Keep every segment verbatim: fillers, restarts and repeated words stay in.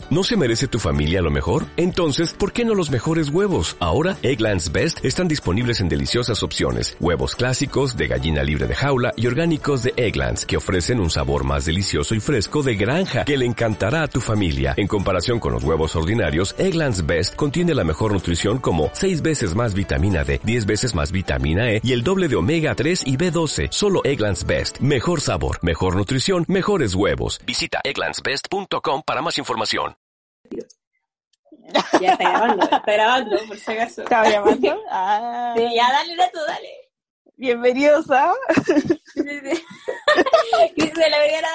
¿No se merece tu familia lo mejor? Entonces, ¿por qué no los mejores huevos? Ahora, Eggland's Best están disponibles en deliciosas opciones. Huevos clásicos, de gallina libre de jaula y orgánicos de Eggland's, que ofrecen un sabor más delicioso y fresco de granja, que le encantará a tu familia. En comparación con los huevos ordinarios, Eggland's Best contiene la mejor nutrición como seis veces más vitamina D, diez veces más vitamina E y el doble de omega tres y B doce. Solo Eggland's Best. Mejor sabor, mejor nutrición, mejores huevos. Visita egglands best punto com para más información. Ya está grabando, está grabando, por si acaso. ¿Estaba grabando? Ah. Sí, ya, dale, Nato, dale. Bienvenidos a... Crisis de la Vergara.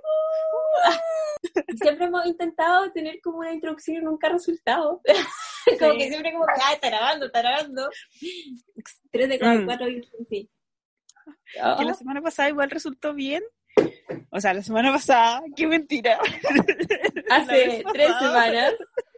Siempre hemos intentado tener como una introducción y nunca ha resultado. Como sí. Que siempre como que, ah, está grabando, está grabando. Tres de cada cuatro y sí. Que la semana pasada igual resultó bien. O sea, la semana pasada, qué mentira. Hace tres semanas.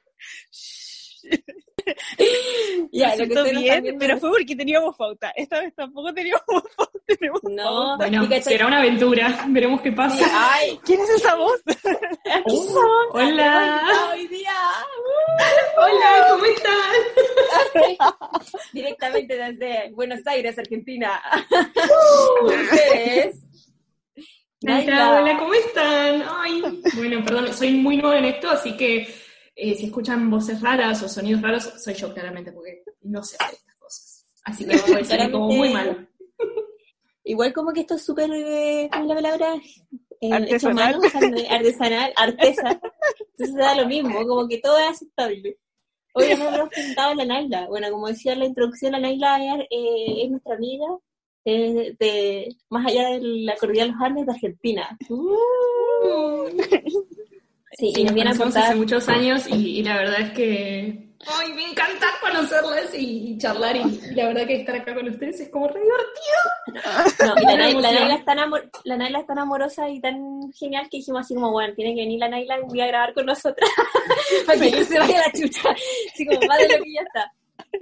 Ya, lo que resultó bien, viendo... pero fue porque teníamos pauta. Esta vez tampoco teníamos pauta. Tenemos no, pauta. Bueno, será una aventura. Veremos qué pasa. Ay, ¿quién es esa voz? Aquí somos. Hola. Hoy día. Uh, Hola, ¿cómo están? Directamente desde Buenos Aires, Argentina. Uh, Ustedes. Hola, hola, ¿cómo están? Ay, bueno, perdón, soy muy nueva en esto, así que eh, si escuchan voces raras o sonidos raros, soy yo claramente, porque no sé hacer estas cosas. Así que voy a ser como muy malo. Igual como que esto es súper, eh, ¿cómo es la palabra? Eh, artesanal. Hecho mano, artesanal, artesa. Entonces da lo mismo, como que todo es aceptable. Hoy nos hemos presentado a la Naila. Bueno, como decía en la introducción, la Naila es, eh, es nuestra amiga. De, de más allá de la cordillera de los Andes de Argentina. Uh. Sí, sí, y nos viene a contar hace muchos años y, y la verdad es que ay, me encanta conocerlas y, y charlar y, y la verdad que estar acá con ustedes es como re divertido. No, y la, Naila, la, Naila es tan amor, la Naila es tan amorosa y tan genial que dijimos así como, bueno, tiene que venir la Naila un día a grabar con nosotras para que no se vaya la chucha, así como más de lo que ya está.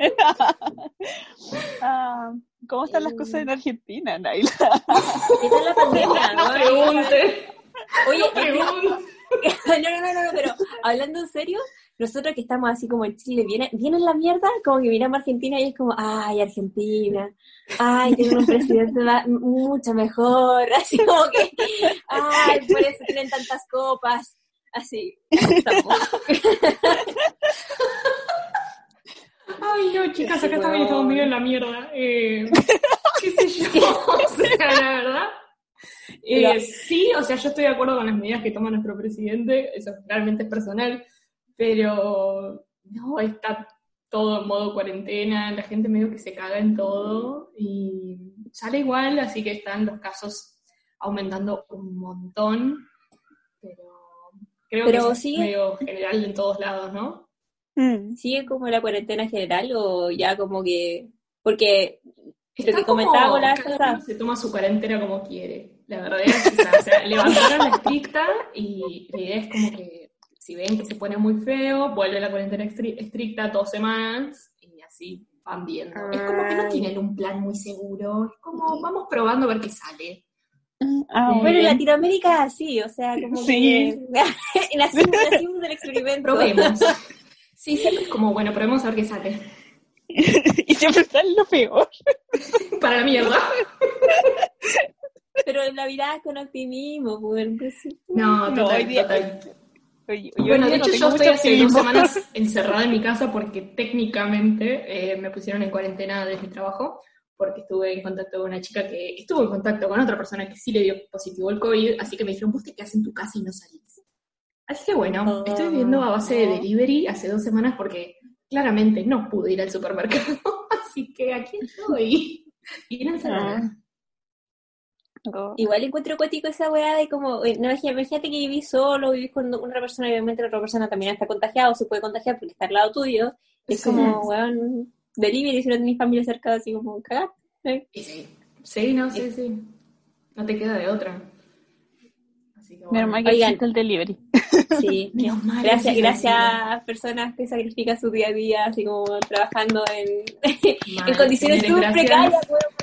Ah, ¿cómo están las cosas en Argentina, Naila? ¿Qué tal la pandemia? No pregunte. Oye, no, pregunte. no, no, no, no, pero hablando en serio, nosotros que estamos así como en Chile, viene, viene la mierda, como que miramos a Argentina y es como, ay, Argentina, ay, tiene un presidente más, mucho mejor, así como que, ay, por eso tienen tantas copas, así, así estamos. Ay, no, chicas, acá también estamos medio en la mierda. Eh, ¿Qué sé yo? O sea, la verdad. Eh, sí, o sea, yo estoy de acuerdo con las medidas que toma nuestro presidente, eso realmente es personal, pero no, está todo en modo cuarentena, la gente medio que se caga en todo y sale igual, así que están los casos aumentando un montón, pero creo pero que es sigue... medio general en todos lados, ¿no? ¿Sigue como la cuarentena general o ya como que...? Porque Está lo que comentábamos la cosa... se toma su cuarentena como quiere. La verdad es que o sea, levantaron la estricta y la idea es como que si ven que se pone muy feo, vuelve la cuarentena estricta dos semanas y así van viendo. Ah, es como que no tienen un plan muy seguro. Es como vamos probando a ver qué sale. Ah, bueno, en Latinoamérica es así, o sea, como sí. que nacimos, nacimos del experimento. Probemos. Sí, siempre es como, bueno, probemos a ver qué sale. Y siempre sale lo peor. Para la mierda. Pero en la vida con optimismo, pues. No, no, total, hoy día, total. Hoy, hoy bueno, de no hecho yo estoy hace optimismo. dos semanas encerrada en mi casa porque técnicamente eh, me pusieron en cuarentena desde mi trabajo porque estuve en contacto con una chica que estuvo en contacto con otra persona que sí le dio positivo el COVID, así que me dijeron, vos te quedás en tu casa y no salís. Así que bueno, oh, estoy viviendo a base de delivery hace dos semanas porque claramente no pude ir al supermercado, así que aquí estoy. Y en encerrada. Oh. Igual encuentro cuático esa weá de como, no, imagínate que vivís solo, vivís con una persona y obviamente la otra persona también está contagiada o se puede contagiar porque está al lado tuyo. Es sí. como, weón, delivery si no tenés familia cerca, así como, cagar. ¿eh? Sí, sí, no, sí, sí. No te queda de otra. Menos mal que existe el delivery. Sí, mal, gracias, sí, gracias personas que sacrifican su día a día, así como trabajando en, mal, en condiciones súper precarias, bueno,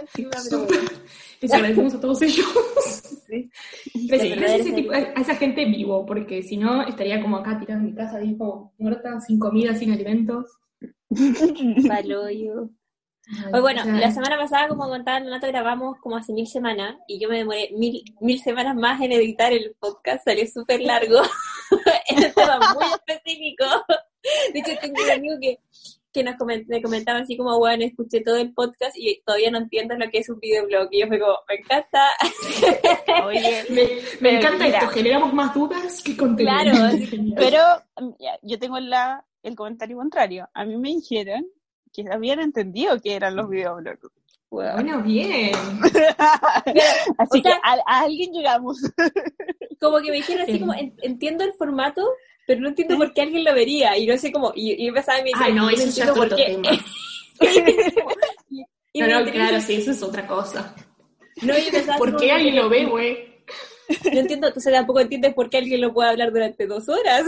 encima, pero bueno. Les agradecemos a todos ellos. Sí. Pero Sí, sí, pero ese eres tipo, a esa gente vivo, porque si no estaría como acá tirada en mi casa, ahí como muerta, sin comida, sin alimentos. Paloyo. Ay, Pues bueno, o sea, la semana pasada, como contaba Nato, grabamos como hace mil semanas y yo me demoré mil, mil semanas más en editar el podcast, salió súper largo. Es un tema muy específico. De hecho, tengo un amigo que, que nos coment- me comentaba así como, bueno, escuché todo el podcast y todavía no entiendo lo que es un videoblog. Y yo fue como, me encanta. Oye, me, me pero encanta mira, esto, generamos más dudas que contenido. Claro, así que- pero ya, yo tengo la, el comentario contrario. A mí me dijeron que habían entendido que eran los videoblogs. Bueno. Bueno, bien. Así O sea, que a, a alguien llegamos. Como que me dijeron así como, en- entiendo el formato, pero no entiendo por qué alguien lo vería. Y no sé cómo, y, y empezaba y me decía, Ay, no, yo eso ya es entiendo por otro qué. tema. y, y No, me no, interesa- claro, sí, eso es otra cosa. No, yo pensaba así ¿Por como, qué no alguien entiendo- lo ve, güey? No entiendo, entonces tampoco entiendes por qué alguien lo puede hablar durante dos horas.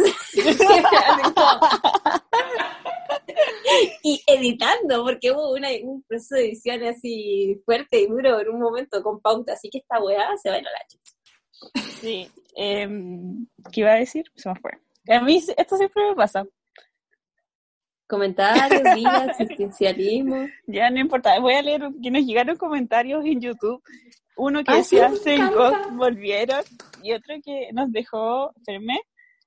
Y editando, porque hubo una, un proceso de edición así fuerte y duro en un momento con pauta, así que esta weá se va a ir a la chucha. Sí. Eh, ¿Qué iba a decir? Se me fue. A mí esto siempre me pasa. Comentarios, vida, existencialismo. Ya no importa. Voy a leer que nos llegaron comentarios en YouTube. Uno que Ay, decía, sí, me cinco encanta. volvieron. Y otro que nos dejó, espérenme.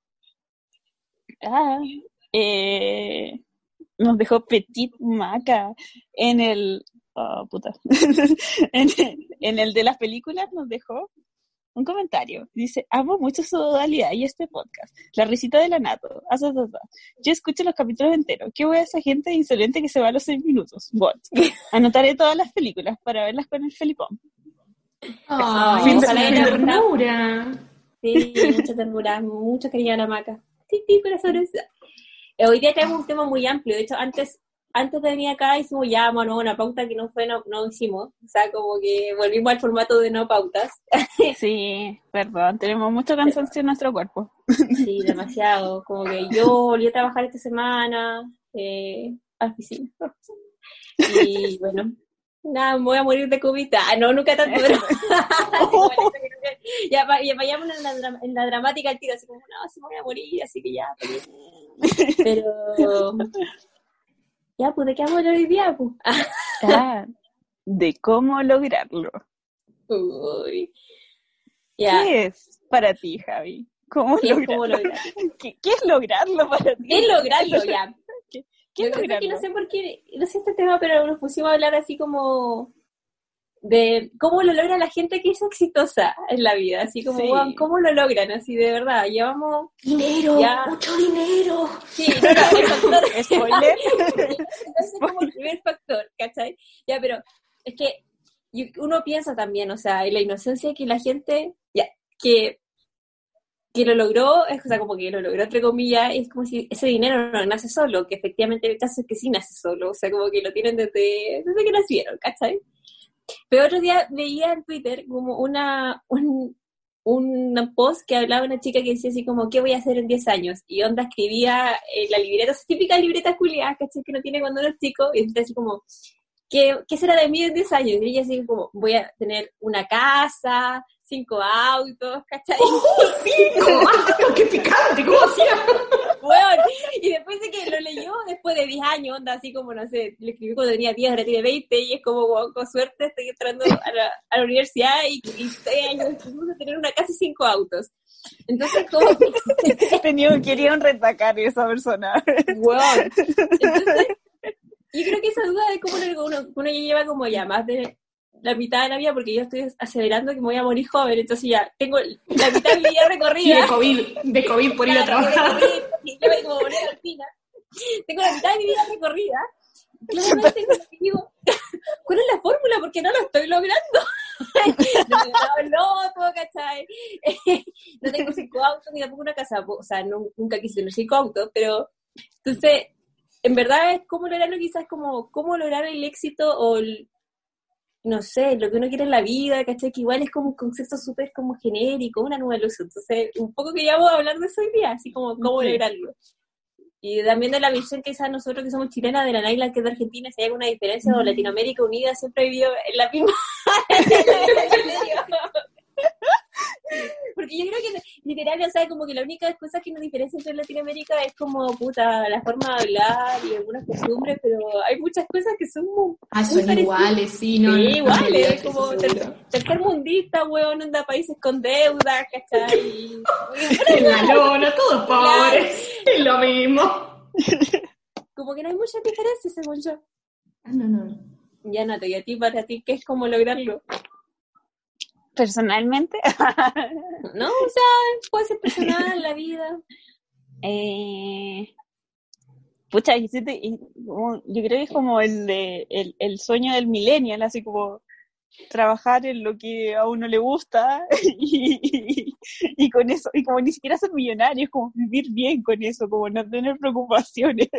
Ah, eh, nos dejó Petit Maca en el, oh, puta, en el, en el de las películas nos dejó un comentario. Dice, amo mucho su modalidad y este podcast. La risita de la Nato. Ah, ah, ah, ah. Yo escucho los capítulos enteros. ¿Qué voy a esa gente insolente que se va a los seis minutos? Bot. Anotaré todas las películas para verlas con el Felipón. Ay, Fin de- esa fin de- ternura. Sí, mucha ternura, mucho cariño a la maca. Sí, sí, corazones. Eh, Hoy día tenemos un tema muy amplio. De hecho, antes antes de venir acá hicimos ya, bueno, una pauta que no fue, no, no hicimos. O sea, como que volvimos al formato de no pautas. Sí, perdón, tenemos mucho cansancio en nuestro cuerpo. Sí, demasiado. Como que yo volví a trabajar esta semana eh, a la oficina. Y bueno, nada, me voy a morir de COVID. Ah, no, nunca tanto, pero... ya, pa- ya vayamos en la, dra- en la dramática al tiro, así como, no, sí me voy a morir, así que ya. Pero... Ya, pues, ¿de qué vamos a hablar hoy día? Pues? Ah, de cómo lograrlo. Uy. Ya. ¿Qué es para ti, Javi? ¿Cómo ¿Qué es lograrlo? cómo lograrlo? ¿Qué, qué es lograrlo para ti? ¿Qué es lograrlo? Ya. ¿Qué, Lo qué es que pasa es que lograrlo? no sé por qué, no sé este tema, pero nos pusimos a hablar así como de cómo lo logra la gente que es exitosa en la vida, así como, Sí. wow, cómo lo logran, así de verdad, llevamos, Dinero, Ya. mucho dinero. sí, no, no, el factor, Spoiler. ese es como el primer factor, ¿cachai? Ya, pero es que y uno piensa también, o sea, en la inocencia que la gente, ya, que que lo logró, es, o sea, como que lo logró entre comillas, es como si ese dinero no nace solo, que efectivamente el caso es que sí nace solo, o sea, como que lo tienen desde, desde que nacieron, ¿cachai? Pero otro día veía en Twitter como una un, un post que hablaba una chica que decía así como, ¿qué voy a hacer en diez años? Y onda escribía en la libreta, esa típica libreta culiada, ¿cachai? Que uno tiene cuando uno es chico, y decía así como, ¿qué, ¿qué será de mí en diez años? Y ella así como, voy a tener una casa, cinco autos, ¿cachai? ¡Cinco! ¡Ah, qué picante! ¿Cómo hacía? Bueno, y después de que lo leyó, después de diez años, onda así como, no sé, lo escribió cuando tenía diez, ahora tiene veinte, y es como, wow, con suerte estoy entrando a la, a la universidad y, y seis años después de tener una casa y cinco autos. Entonces, como que, Tenía, quería un retacar esa persona. wow. Entonces, yo creo que esa duda de cómo lo- uno, uno ya lleva como ya más de la mitad de la vida, porque yo estoy acelerando que me voy a morir joven, entonces ya tengo la mitad de mi vida Y recorrida. de COVID, de COVID por ir a Claro, trabajar. y yo voy como morir al final. Tengo la mitad de mi vida recorrida. Claramente como que digo, ¿cuál es la fórmula? Porque no lo estoy logrando. No me he ganado el loto, ¿cachai? No tengo cinco autos ni tampoco una casa. O sea, no, nunca quise tener cinco autos, pero entonces, en verdad es cómo lograrlo, quizás como cómo lograr el éxito o el, no sé, lo que uno quiere en la vida, ¿cachai? Que igual es como un concepto súper como genérico, una nueva luz. Entonces, un poco queríamos hablar de eso hoy día, así como cómo Sí. lograrlo. Y también de la visión que quizás nosotros que somos chilenas, de la Naila que es de Argentina, si hay alguna diferencia, o Latinoamérica unida siempre ha vivido en la misma... Porque yo creo que literal, o sea, como que la única cosa que nos diferencia entre Latinoamérica es como, puta, la forma de hablar y algunas costumbres, pero hay muchas cosas que son muy, ah, son muy iguales, sí, no, sí, no, iguales, no, como no, ter- tercer mundista, weón, anda a países con deuda, ¿cachai? Y, y, la lona, todos pobres, es lo mismo. como que no hay muchas diferencias, según yo. Ah, no, no. Ya, Nato, y a ti, para ti, ¿qué es como lograrlo? Personalmente, No, o sea, puede ser personal, la vida. eh, pucha, y sí te- y como- yo creo que es como el, de, el, el sueño del millennial, así como trabajar en lo que a uno le gusta y, y, y con eso, y como ni siquiera ser millonario, es como vivir bien con eso, como no tener preocupaciones.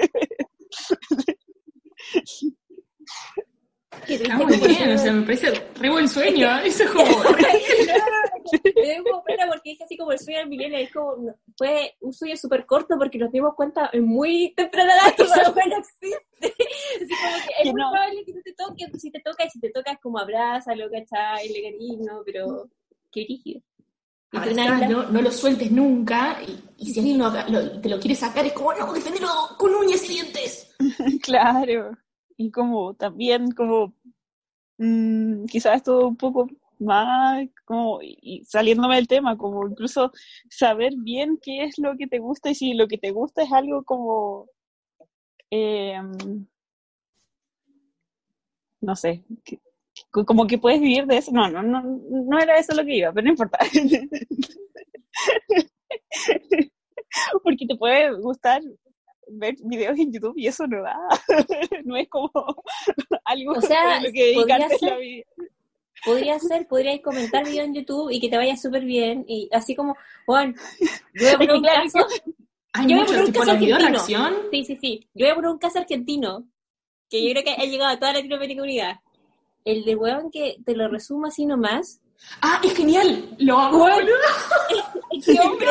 Qué triste, Está muy como bien, yo- o sea, me parece re buen sueño, eso es como... Me dio como pena porque es así como el sueño del milenio, es como, no, fue un sueño súper corto porque nos dimos cuenta en muy temprana edad que esa weá no existe. Así como que es Que muy no. probable que no te toque, si te toca, y si te toca es como abrázalo, ¿cachai? Le cariño, pero qué rígido. Y tú, Naila, Abrazalo, no lo sueltes nunca, y, y si alguien lo, haga- lo- te lo quiere sacar, es como, no, defendelo con uñas y dientes. Claro, y como también como mm, quizás todo un poco más como y y saliéndome del tema, como incluso saber bien qué es lo que te gusta y si lo que te gusta es algo como eh, no sé, que- que- como que puedes vivir de eso. No, no, no, no era eso lo que iba, pero no importa. Porque te puede gustar ver videos en YouTube y eso no da. No es como algo o sea, en lo que podría dedicarte ser, la vida. podría ser, podríais comentar video en YouTube y que te vaya súper bien, y así como, bueno, yo voy a Es poner que un claro, caso, Hay yo voy a muchos, poner un tipo caso los videos de argentino. reacción. Sí, sí, sí. Yo voy a poner un caso argentino, que yo creo que ha llegado a toda Latinoamérica unida. El de weón que te lo resumo así nomás. Ah, es genial, lo hago, Bueno. boludo. Este hombre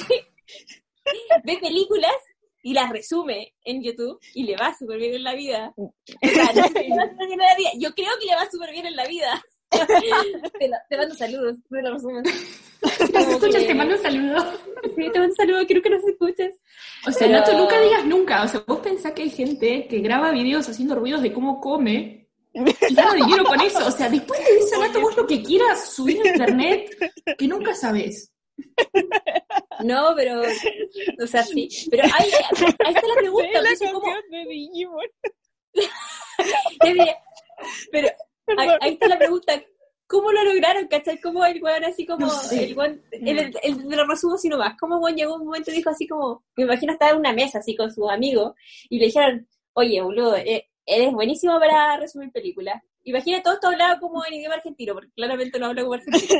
ve películas y las resume en YouTube y le va súper bien en la vida. O sea, no sé si le va súper bien en la vida. Yo creo que le va súper bien en la vida. Te, lo- te mando saludos, me lo resumen. Si nos escuchas, que- te mando un saludo. Sí, te mando saludos, creo que nos escuches. O sea, Pero- Nato, nunca digas nunca. O sea, vos pensás que hay gente que graba videos haciendo ruidos de cómo come y gana dinero con eso. O sea, después de eso, Nato, vos lo que quieras subir a internet, que nunca sabés. No, pero, o sea, sí. Pero ahí, ahí está la pregunta. Es la entonces, ¿cómo? canción de Digimon. Ya diré, pero ahí, ahí está la pregunta, ¿cómo lo lograron, cachai? ¿Cómo el weón así como, No sé. el weón, el, el, el de lo resumo así nomás, ¿cómo el weón llegó un momento y dijo así como, me imagino estaba en una mesa así con sus amigos, y le dijeron, oye, boludo, eh, eres buenísimo para resumir películas. Imagina todo esto hablado como en idioma argentino, porque claramente no habla como argentino.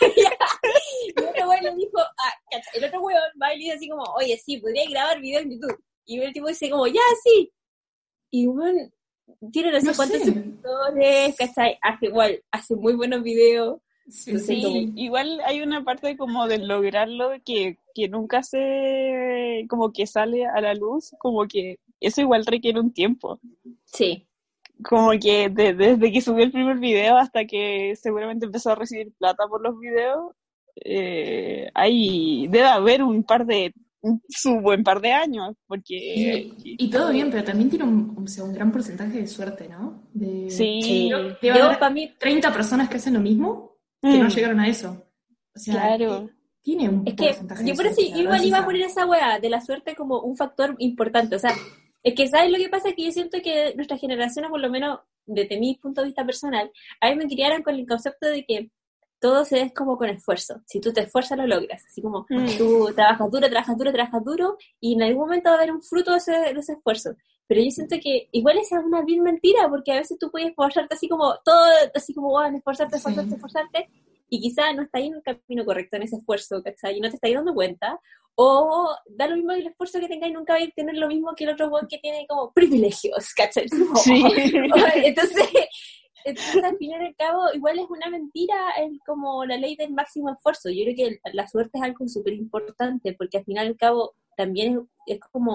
Y el otro weón le dijo, ah, cacha, el otro weón va y le dice así como, oye, sí, podría grabar video en YouTube. Y el tipo dice como, ya, sí. Y weón, tiene no sé No cuántos sé. suscriptores, ¿cachai? Hace igual, hace muy buenos videos. Sí, No sé Sí, cómo. igual hay una parte como de lograrlo que, que nunca se, como que sale a la luz, como que eso igual requiere un tiempo. Sí. Como que de- desde que subió el primer video hasta que seguramente empezó a recibir plata por los videos, eh, hay, debe haber un par de, un, su buen par de años, porque Y, y todo bien, pero también tiene un, o sea, un gran porcentaje de suerte, ¿no? De, sí, Creo que debe Yo, haber para mí, treinta personas que hacen lo mismo que no Mm, llegaron a eso. O sea, claro. tiene un es que porcentaje yo de por eso suerte. la igual verdad, iba a esa- poner esa weá de la suerte como un factor importante. O sea, es que, ¿sabes lo que pasa? Que yo siento que nuestra generación, o por lo menos desde mi punto de vista personal, a mí me criaron con el concepto de que todo se es como con esfuerzo. Si tú te esfuerzas, lo logras. Así como Mm. tú trabajas duro, trabajas duro, trabajas duro, y en algún momento va a haber un fruto de ese, de ese esfuerzo. Pero yo siento que igual esa es una bien mentira, porque a veces tú puedes esforzarte así como, todo, así como, bueno, esforzarte, esforzarte, Sí. esforzarte, y quizás no está ahí en el camino correcto en ese esfuerzo, ¿cachai? Y no te estás dando cuenta. O da lo mismo el esfuerzo que tengáis, nunca vais a tener lo mismo que el otro weón que tiene como privilegios, ¿cachai? Como, Sí. entonces, entonces, al fin y al cabo, igual es una mentira el, como la ley del máximo esfuerzo. Yo creo que el- la suerte es algo súper importante, porque al final y al cabo también es, es como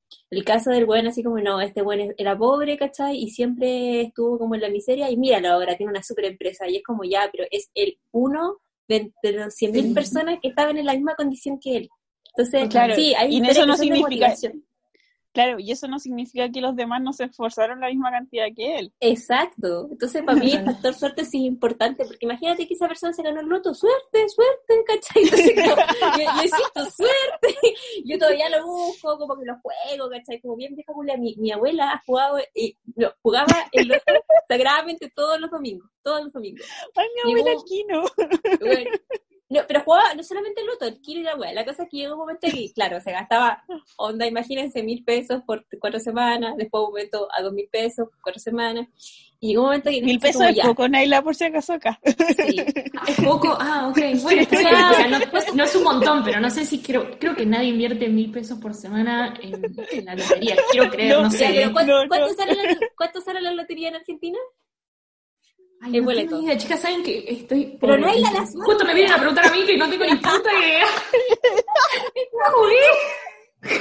el caso del weón así como, no, este weón era pobre, ¿cachai? Y siempre estuvo como en la miseria, y míralo ahora, tiene una super empresa, y es como, ya, pero es el uno de, de los cien mil Sí. personas que estaban en la misma condición que él. Entonces, Claro, sí, hay y historias eso no que son de significa- motivación. Claro, y eso no significa que los demás no se esforzaron la misma cantidad que él. Exacto. Entonces, para mí, el factor suerte sí es importante, porque imagínate que esa persona se ganó el loto, suerte, suerte, ¿cachai? Entonces, como, yo, yo insisto, suerte. Yo todavía lo busco, como que lo juego, ¿cachai? Como bien vieja Julia, mi, mi abuela ha jugado, y no, jugaba el loto sagradamente todos los domingos, todos los domingos. Ay, mi abuela Llegó- Kino. Bueno, no, pero jugaba no solamente el loto, el kilo y la hueá. La cosa es que llegó un momento que, claro, se gastaba, onda, imagínense, mil pesos por cuatro semanas, después un momento a dos mil pesos por cuatro semanas, y llegó un momento que... Mil fue pesos como, es ya, poco, Naila, por si acaso acá. sí. Es poco, ah, ok, bueno, está bien, o sea, no, no es un montón, pero no sé si creo, creo que nadie invierte mil pesos por semana en, en la lotería, quiero creer, no, No, sé. Ya, pero ¿cuánto, no, no. ¿cuánto, sale la, ¿cuánto sale la lotería en Argentina? Ay, el no boleto. tengo ni idea, chicas, saben que estoy... Pero pobre. Naila, las Justo me vienen a preguntar a mí que no tengo ni puta idea. No jugué.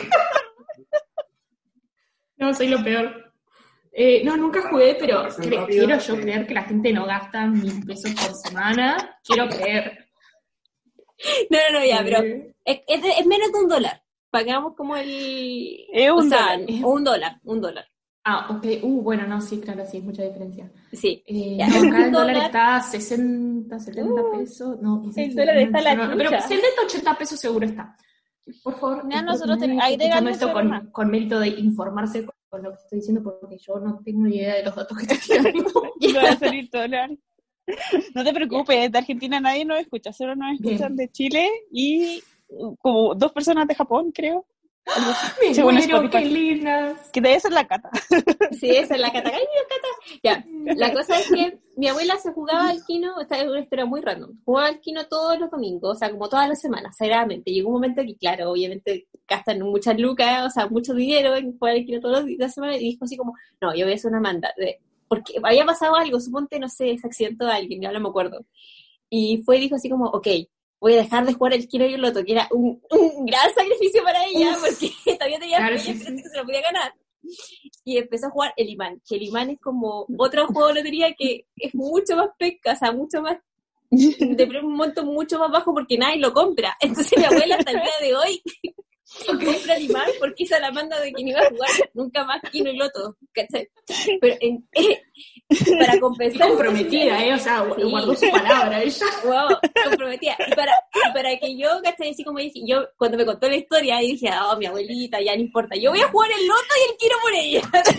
No, soy lo peor. Eh, no, nunca jugué, pero cre- quiero yo creer que la gente no gasta mil pesos por semana. Quiero creer. No, no, no, ya, pero Eh, es, es, de- es menos de un dólar. Pagamos como el... Es un o sea, dólar. o un dólar, un dólar. Ah, ok. Uh, bueno, no, sí, claro, sí, es mucha diferencia. Sí. Eh, Ya, no, un acá el dólar dólar- está a sesenta, setenta Uh, pesos. No, el dólar está a la no, no, pero chucha. setenta, ochenta pesos seguro está. Por favor, Ya, espero nosotros que nadie ten- esté escuchando agregale esto otro con, más. con mérito de informarse con, con lo que estoy diciendo, porque yo no tengo ni idea de los datos que estoy tirando. Y va a salir dólar. No te preocupes, de Argentina nadie nos escucha, solo nos escuchan Bien. de Chile y uh, como dos personas de Japón, creo. Algo así, Me según muero, Spotify. qué lindas. Que debe ser la Cata. Sí, esa es la cata. Ay, mira, cata. Ya, la cosa es que mi abuela se jugaba al kino, esta es una historia muy random, jugaba al kino todos los domingos, o sea, como todas las semanas, sagradamente. Llegó un momento que, claro, obviamente gastan muchas lucas, o sea, mucho dinero en jugar al kino todas las semanas, y dijo así como, no, yo voy a hacer una manda, de, porque había pasado algo, suponte, no sé, se accidentó a alguien, ya no me acuerdo. Y fue y dijo así como, ok, voy a dejar de jugar el kino y el loto, que era un, un gran sacrificio para ella, porque todavía tenía Claro, fe sí, y sí. que se lo podía ganar. Y empezó a jugar el imán, que el imán es como otro juego de lotería que es mucho más pesca, o sea, mucho más, de un monto mucho más bajo porque nadie lo compra. Entonces mi abuela hasta el día de hoy compra el imán porque hizo la manda de que no iba a jugar nunca más kino y loto, ¿cachai? Pero en, eh, para Es compensar... comprometida, ¿eh? O sea, Sí. guardó su palabra ella. Wow, comprometida. Y para, y para que yo, ¿cachai? Así como dije, yo cuando me contó la historia, y dije, oh, mi abuelita, ya no importa, yo voy a jugar el loto y el quiero por ella.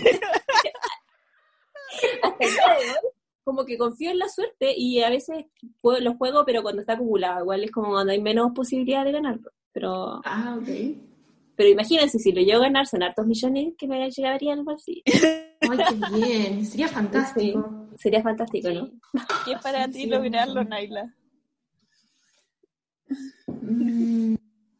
Hasta el día de hoy, como que confío en la suerte y a veces juego, lo juego, pero cuando está acumulado, igual es como cuando hay menos posibilidad de ganarlo. Pero, Ah, ok. pero imagínense, si lo llego a ganar, son hartos millones que me llegarían al bolsillo. Ay, qué bien. Sería fantástico. Sí, sería fantástico, ¿no? ¿Qué es para ti Sí, lograrlo, sí. Naila? Mm,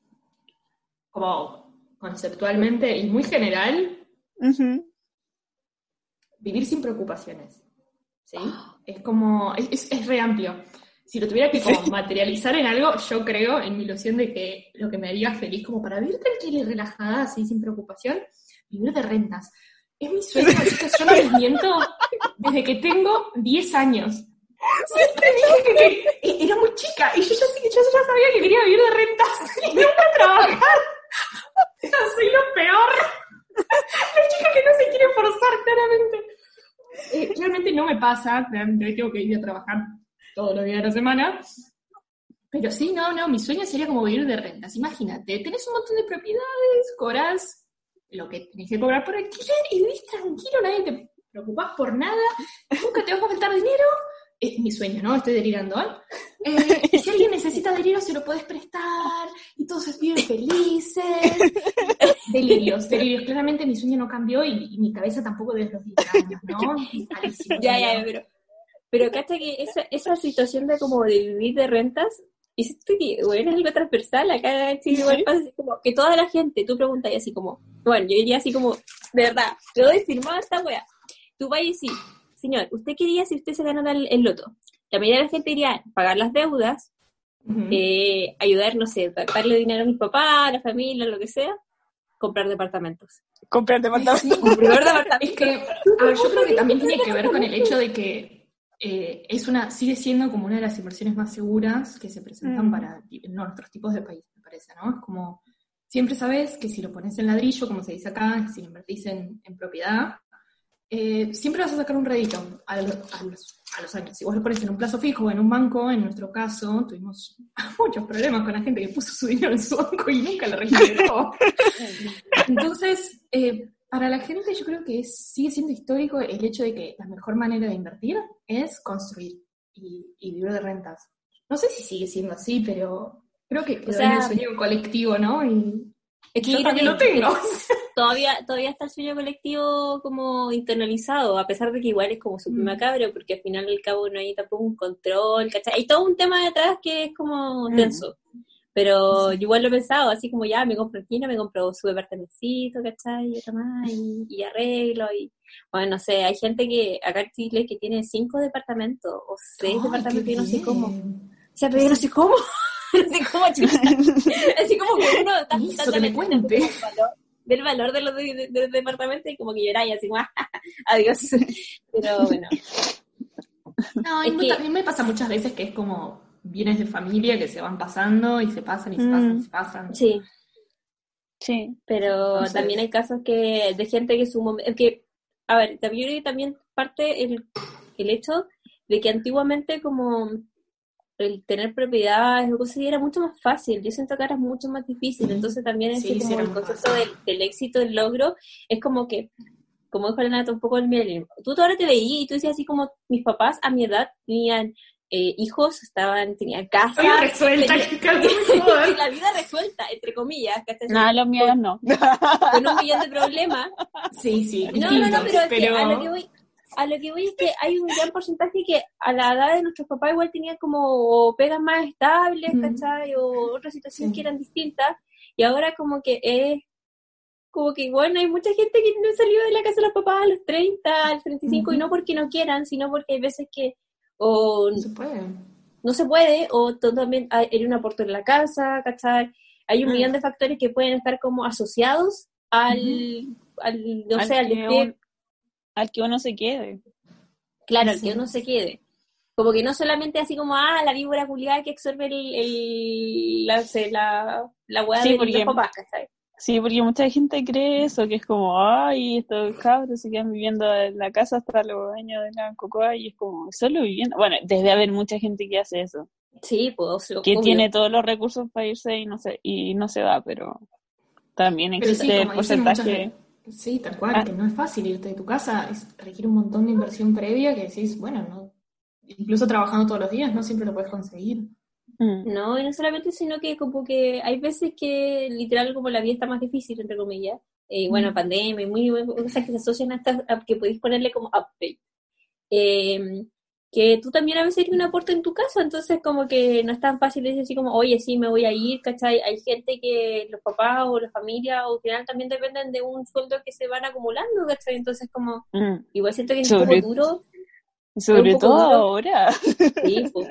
Como conceptualmente y muy general, Ujú. vivir sin preocupaciones. ¿Sí? Es como, es, es, es re amplio. Si lo tuviera que como materializar en algo, yo creo en mi ilusión de que lo que me haría feliz, como para vivir tranquila y relajada, así sin preocupación, vivir de rentas. Es mi sueño, chicas, yo no les miento, desde que tengo diez años. Siempre dije que, que era muy chica y yo ya, sé que yo ya sabía que quería vivir de rentas y nunca trabajar. Yo soy lo peor. La chica que no se quiere forzar, claramente. Eh, claramente no me pasa, claramente tengo que ir a trabajar todos los días de la semana. Pero sí, no, no, mi sueño sería como vivir de rentas. Imagínate, tenés un montón de propiedades, cobras lo que tenés que cobrar por alquiler y vivís tranquilo, nadie te preocupás por nada, nunca te va a faltar dinero. Es mi sueño, ¿no? Estoy delirando, ¿eh? Eh, y si alguien necesita dinero, se lo podés prestar, y todos viven felices. Delirios, delirios. Claramente mi sueño no cambió y, y mi cabeza tampoco desde los diez años, ¿no? Es carísimo, Ya, ya, ¿no? pero, pero cacha que esa, esa situación de como de vivir de rentas, y esto que, bueno, es algo transversal, acá en Chile igual pasa así como, que toda la gente, tú preguntas y así como, bueno, yo diría así como, de verdad, te doy firmado esta wea, tú vas y decís, señor, ¿usted qué haría si usted se ganara el, el loto? La mayoría de la gente diría pagar las deudas, Ujú. eh, ayudar, no sé, darle dinero a mis papás, a la familia, lo que sea, comprar departamentos. Comprar departamentos. Sí, Comprar departamentos. es que, a ver, yo creo que también tiene que ver con el hecho de que eh, es una, sigue siendo como una de las inversiones más seguras que se presentan Mm. para nuestros tipos de país, me parece, ¿no? Es como, siempre sabes que si lo pones en ladrillo, como se dice acá, si lo invertís en, en propiedad, eh, siempre vas a sacar un rédito a, lo- a los, a los años. Si vos lo pones en un plazo fijo, en un banco, en nuestro caso, tuvimos muchos problemas con la gente que puso su dinero en su banco y nunca lo recuperó. Entonces, eh, para la gente yo creo que es- sigue siendo histórico el hecho de que la mejor manera de invertir es construir y, y vivir de rentas. No sé si sigue siendo así, pero creo que quedó sea, en el sueño colectivo, ¿no? Y Es que yo yo también creo lo que tengo. todavía, todavía está el sueño colectivo como internalizado, a pesar de que igual es como súper Mm. macabro, porque al final al cabo no hay tampoco un control, ¿cachai? Hay todo un tema detrás que es como Mm. tenso. Pero Sí. yo igual lo he pensado, así como ya me compro esquina, me compro su departamentito, ¿cachai? Y otra más, y, y arreglo, y bueno, no sé, hay gente que acá en Chile que tiene cinco departamentos o seis Ay, departamentos qué y no sé cómo. O bien. sea, pero yo no sé cómo, no sé cómo, chucha. Así como que uno está Listo, juntando que me la cuenta cuente. del valor, del valor de los de, de- de los departamentos y como que lloráis así como, adiós. Pero bueno, No, es y que- también me pasa muchas veces que es como bienes de familia que se van pasando y se pasan y se pasan y se pasan. sí, Sí. pero Entonces- también hay casos que de gente que su momento, es que, a ver, también, yo creo que también parte el, el hecho de que antiguamente como el tener propiedades o cosas así era mucho más fácil, yo siento que ahora es mucho más difícil, entonces también ese Sí, sí, como era el muy concepto fácil. del, del éxito, del logro, es como que, como dijo Renata un poco el millennial, tú ahora te veías y tú decías así como, mis papás a mi edad tenían eh, hijos, estaban, tenían casa, Había resuelta, tenían- que calma, muy joder. la vida resuelta, entre comillas, ¿cachai? Nada, los míos no. Con un millón de problemas. Sí, sí, No, no, no, distintos, pero es que a lo que voy, a lo que voy es que hay un gran porcentaje que a la edad de nuestros papás igual tenían como pegas más estables, Ujú. ¿cachai? O otras situaciones Sí. que eran distintas, y ahora como que es, como que bueno, hay mucha gente que no salió de la casa de los papás a los treinta, a los treinta y cinco, Ujú. y no porque no quieran, sino porque hay veces que o No se puede. no se puede, o tú también hay hay un aporte en la casa, ¿cachai? Hay un Mm. millón de factores que pueden estar como asociados al, Ujú. al no Al sé, al que despliegue, un- al que uno se quede. claro, al Sí. que uno se quede. Como que no solamente así como, ah, la víbora culiada que absorbe el, el, la, sé, la, la weá Sí, de porque- los papás, ¿cachai? Sí, porque mucha gente cree eso, que es como, ay, estos cabros se quedan viviendo en la casa hasta los años de la cocoa, y es como, solo viviendo. Bueno, debe haber mucha gente que hace eso, Sí, pues, que obvio. tiene todos los recursos para irse y no se, y no se va, pero también Pero existe sí, el como dicen porcentaje. muchas veces, sí, tal cual, Ah. que no es fácil irte de tu casa, es, requiere un montón de inversión previa que decís, bueno, no, incluso trabajando todos los días no siempre lo puedes conseguir. Mm, No, y no solamente, sino que como que hay veces que literal como la vida está más difícil, entre comillas. Eh, bueno, Mm. pandemia y muy cosas que se asocian a estas, a que podéis ponerle como update. Eh, que tú también a veces eres un aporte en tu casa, entonces como que no es tan fácil decir así como, oye, sí, me voy a ir, ¿cachai? Hay gente que los papás o la familia o al final también dependen de un sueldo que se van acumulando, ¿cachai? Entonces como, mm. igual siento que es Sobre- un poco duro. Sobre un poco todo duro. ahora. Sí, pues.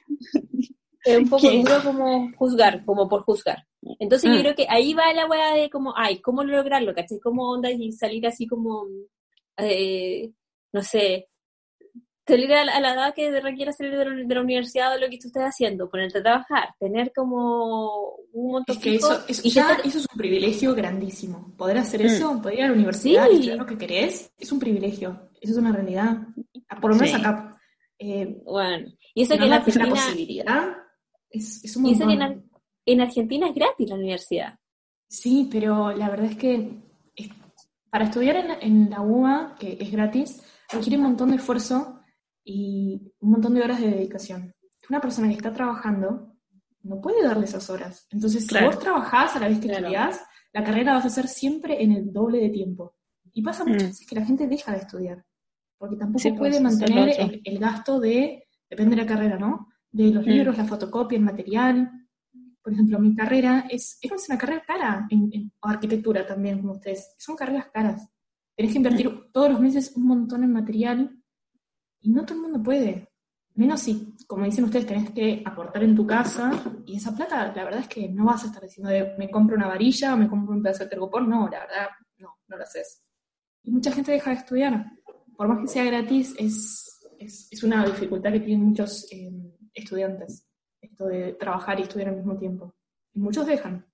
Es un poco ¿Qué? duro como juzgar, como por juzgar. Entonces yo Mm. creo que ahí va la weá de como, ay, ¿cómo lograrlo? ¿Cachai? ¿Cómo onda y salir así como, eh, no sé, salir a la, a la edad que requiera salir de la, de la universidad o lo que tú estés haciendo, ponerte a trabajar, tener como un montón Es que fijo eso, eso, y ya, que- eso es un privilegio grandísimo. Poder hacer Mm. eso, poder ir a la universidad Sí. y estudiar lo que querés, es un privilegio. Eso es una realidad. Por lo menos Sí. acá. Eh, bueno, y eso no que en la, la Argentina, posibilidad es, es un y eso montón. que en, Ar- en Argentina es gratis la universidad. Sí, pero la verdad es que es- para estudiar en, en la U B A, que es gratis, requiere un montón de esfuerzo y un montón de horas de dedicación. Una persona que está trabajando no puede darle esas horas. Entonces, Claro. si vos trabajás a la vez que Claro. estudiás, la carrera vas a hacer siempre en el doble de tiempo. Y pasa muchas Mm. veces que la gente deja de estudiar, porque tampoco Sí, pues, puede eso es lo mantener otro. el, el gasto de, depende de la carrera, ¿no? De los Mm. libros, la fotocopia, el material. Por ejemplo, mi carrera es, es una carrera cara, en, en- o arquitectura también, como ustedes. Son carreras caras. Tenés que invertir todos los meses un montón en material y no todo el mundo puede. menos si, como dicen ustedes, tenés que aportar en tu casa, y esa plata, la verdad es que no vas a estar diciendo de, me compro una varilla o me compro un pedazo de tergopor, no, la verdad, no, no lo haces. Y mucha gente deja de estudiar. Por más que sea gratis, es, es, es una dificultad que tienen muchos eh, estudiantes, esto de trabajar y estudiar al mismo tiempo. Y muchos dejan.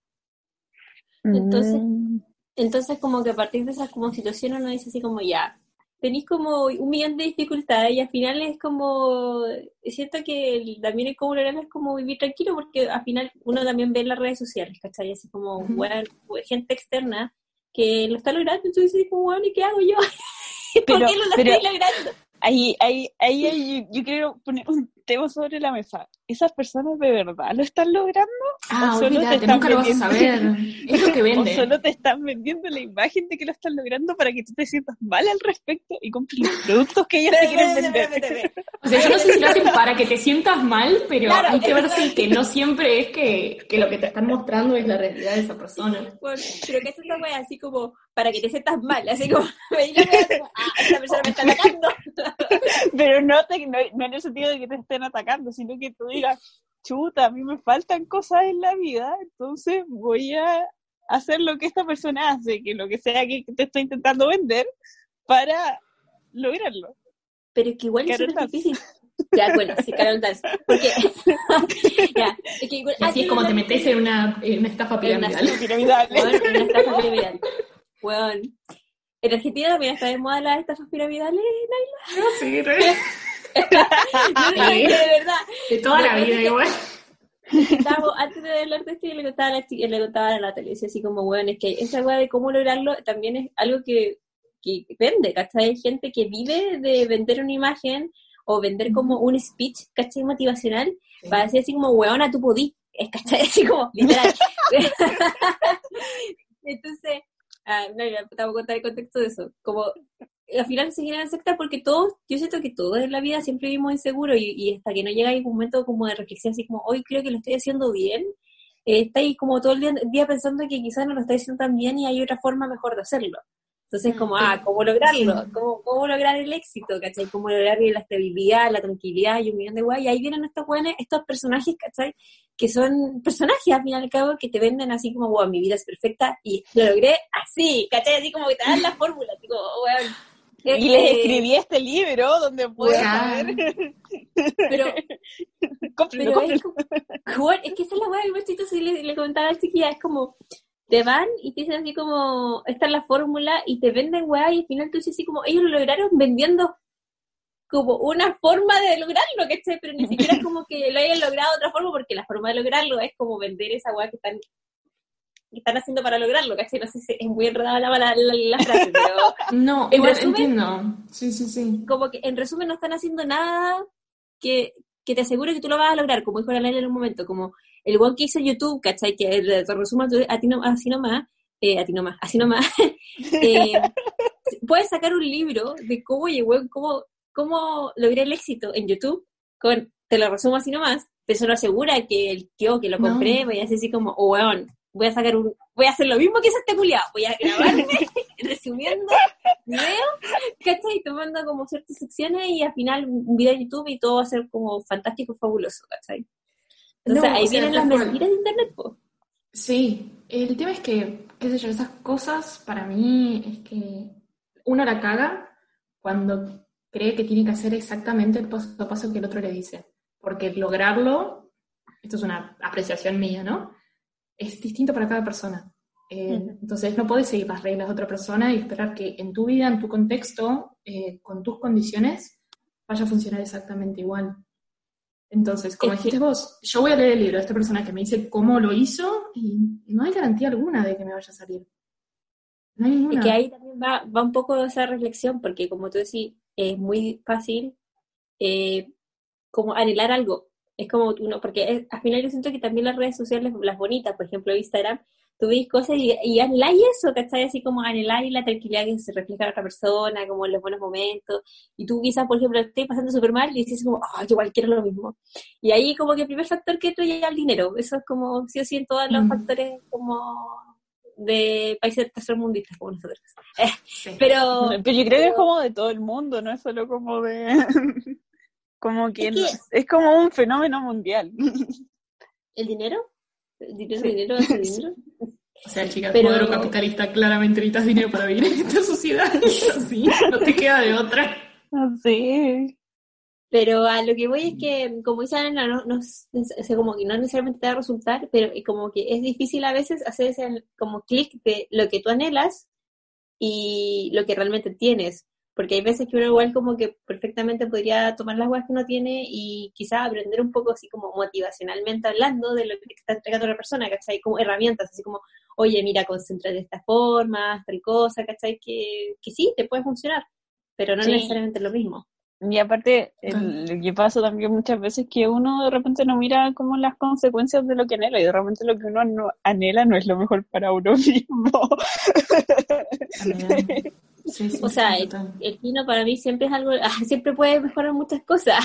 Entonces, entonces como que a partir de esas como situaciones uno dice así como ya, tenéis como un millón de dificultades y al final es como, siento que el- también es como lograr es como vivir tranquilo porque al final uno también ve en las redes sociales, ¿cachai? Así como Ujú. bueno, gente externa que lo está logrando, entonces dices como bueno, ¿y qué hago yo? ¿Por Pero- qué no lo pero- estoy logrando? Ahí, ahí, ahí, ahí yo, yo quiero poner un tema sobre la mesa. ¿Esas personas de verdad lo están logrando? Ah, ¿O solo te olvídate, están nunca lo vas a vendiendo? saber. Es lo que ¿O vende. solo te están vendiendo la imagen de que lo están logrando para que tú te sientas mal al respecto y compres los productos que ellos te quieren vender? O sea, yo no sé si lo hacen para que te sientas mal, pero Claro, hay que es ver verdad. si que no siempre es que, que lo que te están mostrando es la realidad de esa persona. Bueno, pero que esto es una wea así como para que te sientas mal, así como veis la wea como, ah, esta persona me está atacando. Pero no, te, no, no en el sentido de que te estén atacando, sino que tú digas, chuta, a mí me faltan cosas en la vida, entonces voy a hacer lo que esta persona hace, que lo que sea que te estoy intentando vender, para lograrlo. Pero es que igual es Carol súper Dance. difícil. Ya, bueno, sí, Carol Dance. Porque, ya, es que igual, Y así es como te metes en una, en una estafa En una piramidal. Piramidal. bueno, en una estafa piramidal. Bueno, en Argentina también está de moda las estafas piramidales, No, sí, re- no, no, Sí. es que de verdad. de toda la De vida verdad igual. Estábamos, antes de hablar de esto, yo le contaba a la chica, le contaba a la tele, decía así como, bueno, es que esa weá de cómo lograrlo también es algo que, que vende, ¿cachai? Hay gente que vive de vender una imagen o vender como un speech, ¿cachai? Motivacional, Sí. para decir así como, weona, tú podís, es, ¿cachai? Así como, literal. Entonces, ah, no, ya te voy a contar el contexto de eso, como al final se generan sectas porque todos, yo siento que todos en la vida siempre vivimos inseguros y, y hasta que no llega un momento como de reflexión así como, hoy creo que lo estoy haciendo bien, eh, estáis como todo el día, día pensando que quizás no lo estáis haciendo tan bien y hay otra forma mejor de hacerlo. Entonces Mm, como, sí. ah, ¿cómo lograrlo? Sí. ¿Cómo, cómo lograr el éxito? ¿Cachai? ¿Cómo lograr la estabilidad, la tranquilidad y un millón de guay? Y ahí vienen estos buenos, estos personajes, ¿cachai? Que son personajes al fin y al cabo que te venden así como, wow, mi vida es perfecta y lo logré así, ¿cachai? Así como que te dan la fórmula, así como, weón. Eh, Y les eh, escribí este libro donde puedes Ya. saber. Pero, Cómprenlo, pero es cómprenlo. como, bueno, es que esa es la weá que más chistosa, y le, le comentaba a la chiquilla, es como, te van y te dicen así como, esta es la fórmula, y te venden weá, y al final tú dices así como, ellos lo lograron vendiendo como una forma de lograrlo, ¿cachai? Pero ni siquiera es como que lo hayan logrado de otra forma, porque la forma de lograrlo es como vender esa weá que están, que están haciendo para lograrlo, ¿cachai? No sé si es muy enredada la, la, la, la frase, pero No, En igual resumen- entiendo. Sí, sí, sí. como que en resumen no están haciendo nada que, que te asegure que tú lo vas a lograr, como dijo la Laila en un momento, como el one que hizo YouTube, ¿cachai? Que te resuma a ti no, así nomás, eh, a ti nomás, así nomás, eh, puedes sacar un libro de cómo llegó, cómo, cómo logré el éxito en YouTube, con, te lo resumo así nomás, pero eso no asegura que el tío que lo compré No. vaya a decir así como, oh, weón, voy a sacar un, voy a hacer lo mismo que hizo este culiao, voy a grabarme resumiendo video, ¿cachai? Tomando como ciertas secciones y al final un video de YouTube y todo va a ser como fantástico, fabuloso, ¿cachai? Entonces No, ahí o sea, vienen tal las cual. mentiras de internet, po. Sí, el tema es que, qué sé yo, esas cosas para mí es que uno la caga cuando cree que tiene que hacer exactamente el paso a paso que el otro le dice. Porque lograrlo, esto es una apreciación mía, ¿no? Es distinto para cada persona. Eh, Ujú. Entonces no puedes seguir las reglas de otra persona y esperar que en tu vida, en tu contexto, eh, con tus condiciones, vaya a funcionar exactamente igual. Entonces, como Es que- dijiste vos, yo voy a leer el libro de esta persona que me dice cómo lo hizo y no hay garantía alguna de que me vaya a salir. No hay Es ninguna. que ahí también va, va un poco esa reflexión, porque como tú decís, es muy fácil eh, como anhelar algo. Es como uno, porque es- al final yo siento que también las redes sociales, las bonitas, por ejemplo Instagram, tú ves cosas y, y anheláis eso, ¿cachai? Así como anheláis la tranquilidad que se refleja en otra persona, como en los buenos momentos, y tú quizás, por ejemplo, estés pasando súper mal y dices como, ah, yo igual quiero lo mismo. Y ahí como que el primer factor que entra ya es el dinero, eso es como, sí o sí, en todos los Mm. factores como de países tercermundistas como nosotros. Eh, Sí. pero... Pero yo creo que es como de todo el mundo, no es solo como de Como que, Es que- no- es como un fenómeno mundial. ¿El dinero? ¿El dinero, Sí. dinero, hace dinero? O sea, chicas, Pero- modelo capitalista, claramente necesitas dinero para vivir en esta sociedad. Así, no te queda de otra. Sí. Pero a lo que voy es que, como dice Ana, no, no, o sea, como que no necesariamente te va a resultar, pero como que es difícil a veces hacer ese como clic de lo que tú anhelas y lo que realmente tienes. Porque hay veces que uno igual como que perfectamente podría tomar las cosas que uno tiene y quizás aprender un poco así como motivacionalmente hablando de lo que te está entregando la persona, ¿cachai? Como herramientas, así como, oye, mira, concéntrate de esta forma, tal cosa, ¿cachai? Que, que sí, te puede funcionar, pero no Sí. necesariamente es lo mismo. Y aparte, el, lo que pasa también muchas veces es que uno de repente no mira como las consecuencias de lo que anhela y de repente lo que uno no anhela no es lo mejor para uno mismo. También. Sí, sí, O sea, el, total. el vino para mí siempre es algo, siempre puede mejorar muchas cosas,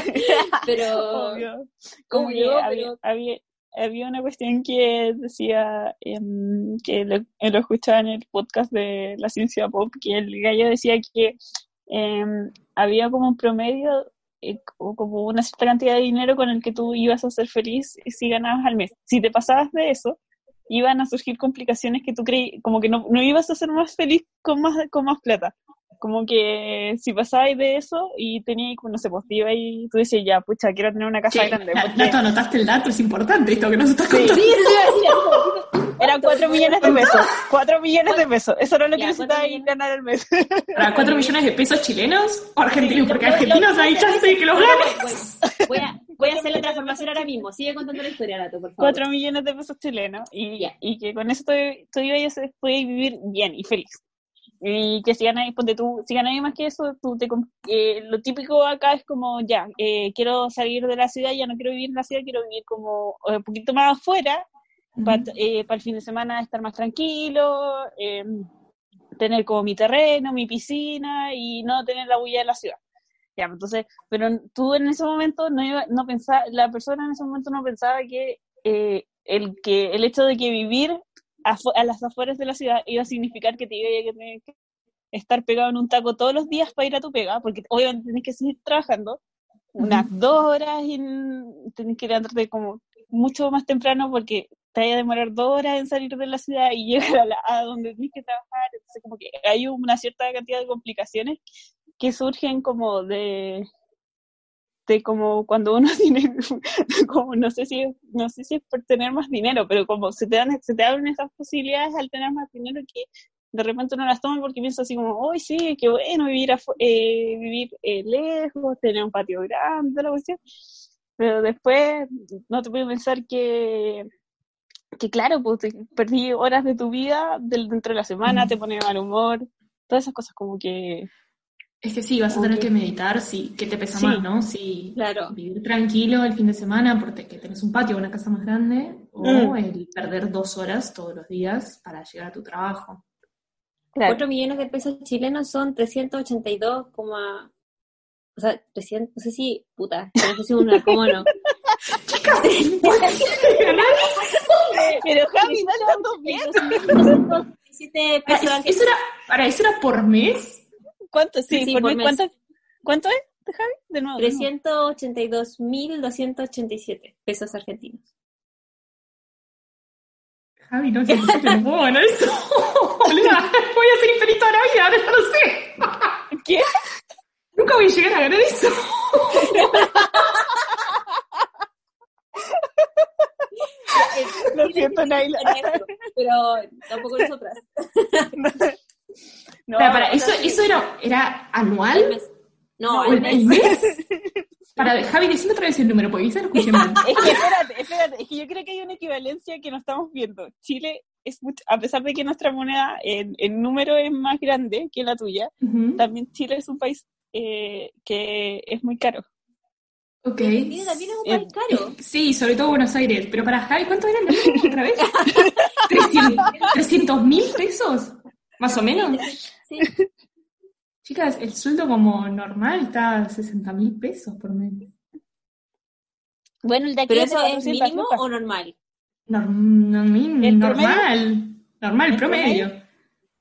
pero Obvio. Como que obvio, había, pero había, había una cuestión que decía, em, que lo, lo escuchaba en el podcast de La Ciencia Pop, que el gallo decía que em, había como un promedio, eh, o como una cierta cantidad de dinero con el que tú ibas a ser feliz si ganabas al mes. Si te pasabas de eso, iban a surgir complicaciones que tú creí, como que no, no ibas a ser más feliz con más, con más plata. Como que si pasabas de eso y tenías, no sé, pues te ibas y tú decías, ya, pucha, quiero tener una casa Che, grande. Na- Porque Nato, anotaste el dato, es importante esto que nos estás Sí. contando. sí, eso iba a decir, así, eran cuatro millones de pesos. Cuatro millones de pesos. Eso era lo que Ya, necesitaba cuatro ir millones. ganar al mes. ¿Para cuatro millones de pesos chilenos o argentinos? Porque Lo- lo- argentinos lo- ahí ya sé que los no, no, ganes. voy, voy a, voy a hacer la transformación ahora mismo. Sigue contando la historia, Nato, por favor. Cuatro millones de pesos chilenos. Y, Ya. y que con eso tú, tú ibas a poder vivir bien y feliz. Y que si ganas, ponte tú, si ganas más que eso, tú te, com- eh, lo típico acá es como, ya, eh, quiero salir de la ciudad, ya no quiero vivir en la ciudad, quiero vivir como eh, un poquito más afuera, para eh, pa el fin de semana estar más tranquilo, eh, tener como mi terreno, mi piscina y no tener la bulla de la ciudad. Ya, entonces, pero tú en ese momento no iba, no pensaba, la persona en ese momento no pensaba que eh, el que el hecho de que vivir a, a las afueras de la ciudad iba a significar que te iba a tener que estar pegado en un taco todos los días para ir a tu pega, porque obviamente tenés que seguir trabajando unas uh-huh. dos horas y tenés que levantarte como mucho más temprano porque te vaya a demorar dos horas en salir de la ciudad y llegar a, la, a donde tienes que trabajar. Entonces como que hay una cierta cantidad de complicaciones que surgen como de de como cuando uno tiene como no sé si no sé si es por tener más dinero, pero como se te dan se te abren esas posibilidades al tener más dinero que de repente uno las toma porque piensa así como, oh sí, qué bueno vivir a, eh, vivir eh, lejos, tener un patio grande, la cuestión, pero después no te puedes pensar que que claro, pues te perdí horas de tu vida del, dentro de la semana, mm. te pone mal humor, todas esas cosas como que es que sí, vas a tener que meditar, sí, ¿qué te pesa sí, más, no? Si claro. Vivir tranquilo el fin de semana porque que tenés un patio o una casa más grande, o mm. el perder dos horas todos los días para llegar a tu trabajo. Claro. Cuatro millones de pesos chilenos son trescientos ochenta y dos, o sea, trescientos, no sé si, puta, no sé si una, ¿cómo no? Chicas, pero Javi, no estás bien. Para, ¿Eso era, para eso era por mes? ¿Cuánto? Sí, sí por, por mes. mes. ¿Cuánto, ¿Cuánto es, Javi? De nuevo. trescientos ochenta y dos mil doscientos ochenta y siete pesos argentinos. Javi, no sé, no puedo ganar eso. Boluda, voy a ser infeliz toda la vida, ahora ya lo sé. ¿Qué? Nunca voy a llegar a ganar eso. Lo siento, Naila. Pero tampoco nosotras. No, para, para, ¿eso, eso era, era anual? El mes. No, no, el, el mes. mes. Para, Javi, decime otra vez el número, porque quizás lo escuché mal. Es que espérate, espérate, es que yo creo que hay una equivalencia que no estamos viendo. Chile es mucho, a pesar de que nuestra moneda en, en número es más grande que la tuya, uh-huh. también Chile es un país eh, que es muy caro. Ok. Chile también es un país caro. Sí, sobre todo Buenos Aires. Pero para Javi, ¿cuánto era el número otra vez? ¿trescientos mil pesos? ¿Más o menos? Sí. Chicas, el sueldo como normal está a sesenta mil pesos por mes. Bueno, el de aquí ¿pero es eso es mínimo lucas. o normal? Norm, norm, ¿El normal. promedio? Normal, el promedio. promedio?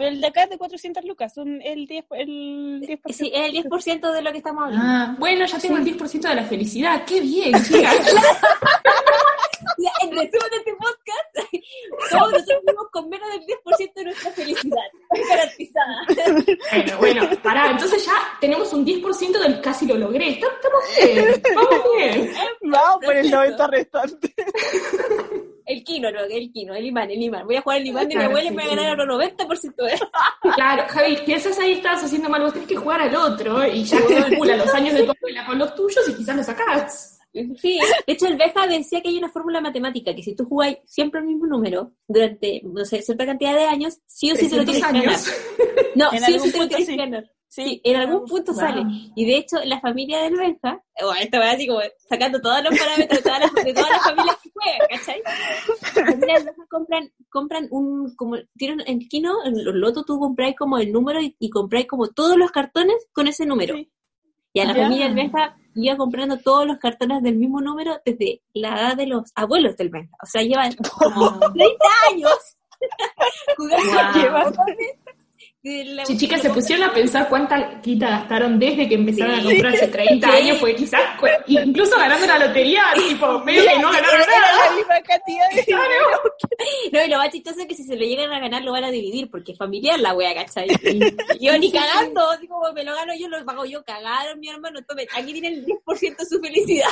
Pero el de acá es de cuatrocientas lucas, son el diez por ciento. El diez por ciento. Sí, es el diez por ciento de lo que estamos hablando. Ah, bueno, ya tengo sí. el diez por ciento de la felicidad. ¡Qué bien, chicas! En resumen de este podcast, todos nosotros vivimos con menos del diez por ciento de nuestra felicidad. Garantizada. Bueno, bueno, pará, entonces ya tenemos un diez por ciento del casi lo logré. Estamos bien, vamos bien. Vamos por el noventa restante. El Kino, no, el Kino, el imán, el imán. Voy a jugar el imán de mi abuela y me voy a ganar otro noventa por ciento de eso. Claro, Javi, quizás ahí estabas haciendo mal, vos tenés que jugar al otro y ya te calcula los años de tu abuela con los tuyos y quizás los sacás. Sí, de hecho el Beja decía que hay una fórmula matemática, que si tú jugás siempre el mismo número durante, no sé, cierta cantidad de años, sí o sí te lo tienes que ganar. No, sí o sí te lo tienes que ganar. Sí, sí, en algún punto wow. sale. Y de hecho, la familia del Benja, bueno, esto va así como sacando todos los parámetros de todas las, de todas las familias que juegan, ¿cachai? Las familias del Benja compran, compran un, como, tienen en Kino, en los lotos tú compráis como el número y, y compráis como todos los cartones con ese número. Sí. Y a la yeah. familia del Benja iba comprando todos los cartones del mismo número desde la edad de los abuelos del Benja. O sea, llevan como treinta años jugando. Wow. Si chicas se pusieron a pensar cuánta quita gastaron desde que empezaron sí. a comprar hace treinta sí. años, porque quizás incluso ganando la lotería, tipo, medio que no ganaron nada. La misma cantidad de dinero. No, y lo más chistoso es que si se lo llegan a ganar lo van a dividir, porque es familiar la wea, ¿cachai? Y yo ni cagando, así como me lo gano yo, lo pago yo, cagaron mi hermano, tome, aquí tiene el diez por ciento de su felicidad.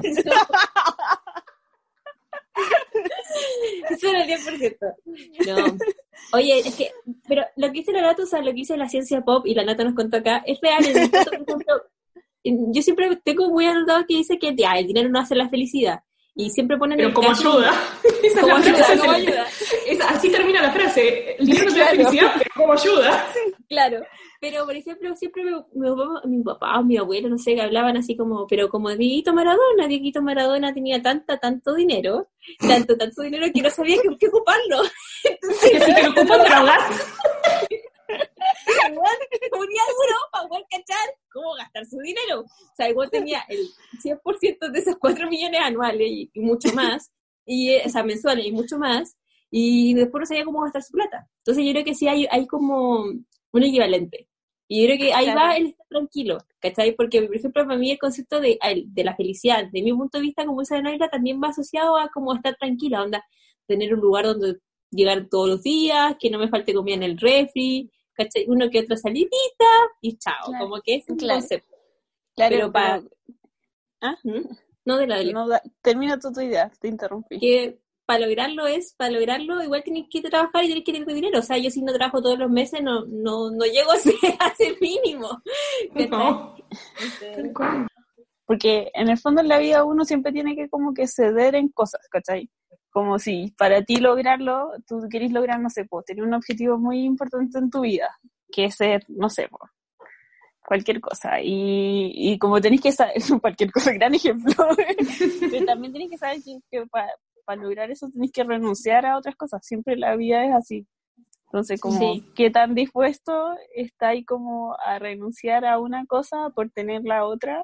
Eso era el diez por ciento. No. Oye, es que, pero lo que dice la Nata, o sea, lo que dice la ciencia pop, y la Nata nos contó acá, es real. En el punto, por ejemplo, yo siempre tengo muy anotado que dice que ya, el dinero no hace la felicidad. Y siempre ponen pero el como caso, ayuda. Esa como es ayuda, frase, como ayuda. Es, así termina la frase. El dinero no te da felicidad, pero como ayuda. Claro. Pero, por ejemplo, siempre mi, mi, papá, mi papá o mi abuelo, no sé, que hablaban así como, pero como Dieguito Maradona, Dieguito Maradona tenía tanta, tanto dinero, tanto, tanto dinero que no sabía que, que ocuparlo. Entonces, que si te lo ocupo en drogas. Igual ponía duro para poder cachar cómo gastar su dinero. O sea, igual tenía el cien por ciento de esos cuatro millones anuales y, y mucho más, y, o sea, mensuales y mucho más, y después no sabía cómo gastar su plata. Entonces yo creo que sí hay, hay como un equivalente. Y yo creo que ahí claro. va el estar tranquilo, ¿cachai? Porque, por ejemplo, para mí el concepto de, de la felicidad, de mi punto de vista, como dice Naila, también va asociado a como estar tranquila, onda, tener un lugar donde llegar todos los días, que no me falte comida en el refri, ¿cachai? Uno que otra salidita, y chao, claro. como que es un claro. concepto. Claro, pero para... pero... ¿Ah? ¿Mm? No, de la de no, da... Termina tu, tu idea, te interrumpí. Que para lograrlo es, para lograrlo igual tienes que trabajar y tienes que tener dinero. O sea, yo si no trabajo todos los meses no no, no llego a ese, a ese mínimo. No. Entonces, porque en el fondo en la vida uno siempre tiene que como que ceder en cosas, ¿cachai? Como si para ti lograrlo, tú querés lograr, no sé, pues, tener un objetivo muy importante en tu vida, que es ser, no sé, pues, cualquier cosa. Y, y como tenés que saber, cualquier cosa, gran ejemplo, pero también tenés que saber que, que para para lograr eso tenés que renunciar a otras cosas. Siempre la vida es así. Entonces, como, sí. ¿qué tan dispuesto está ahí como a renunciar a una cosa por tener la otra?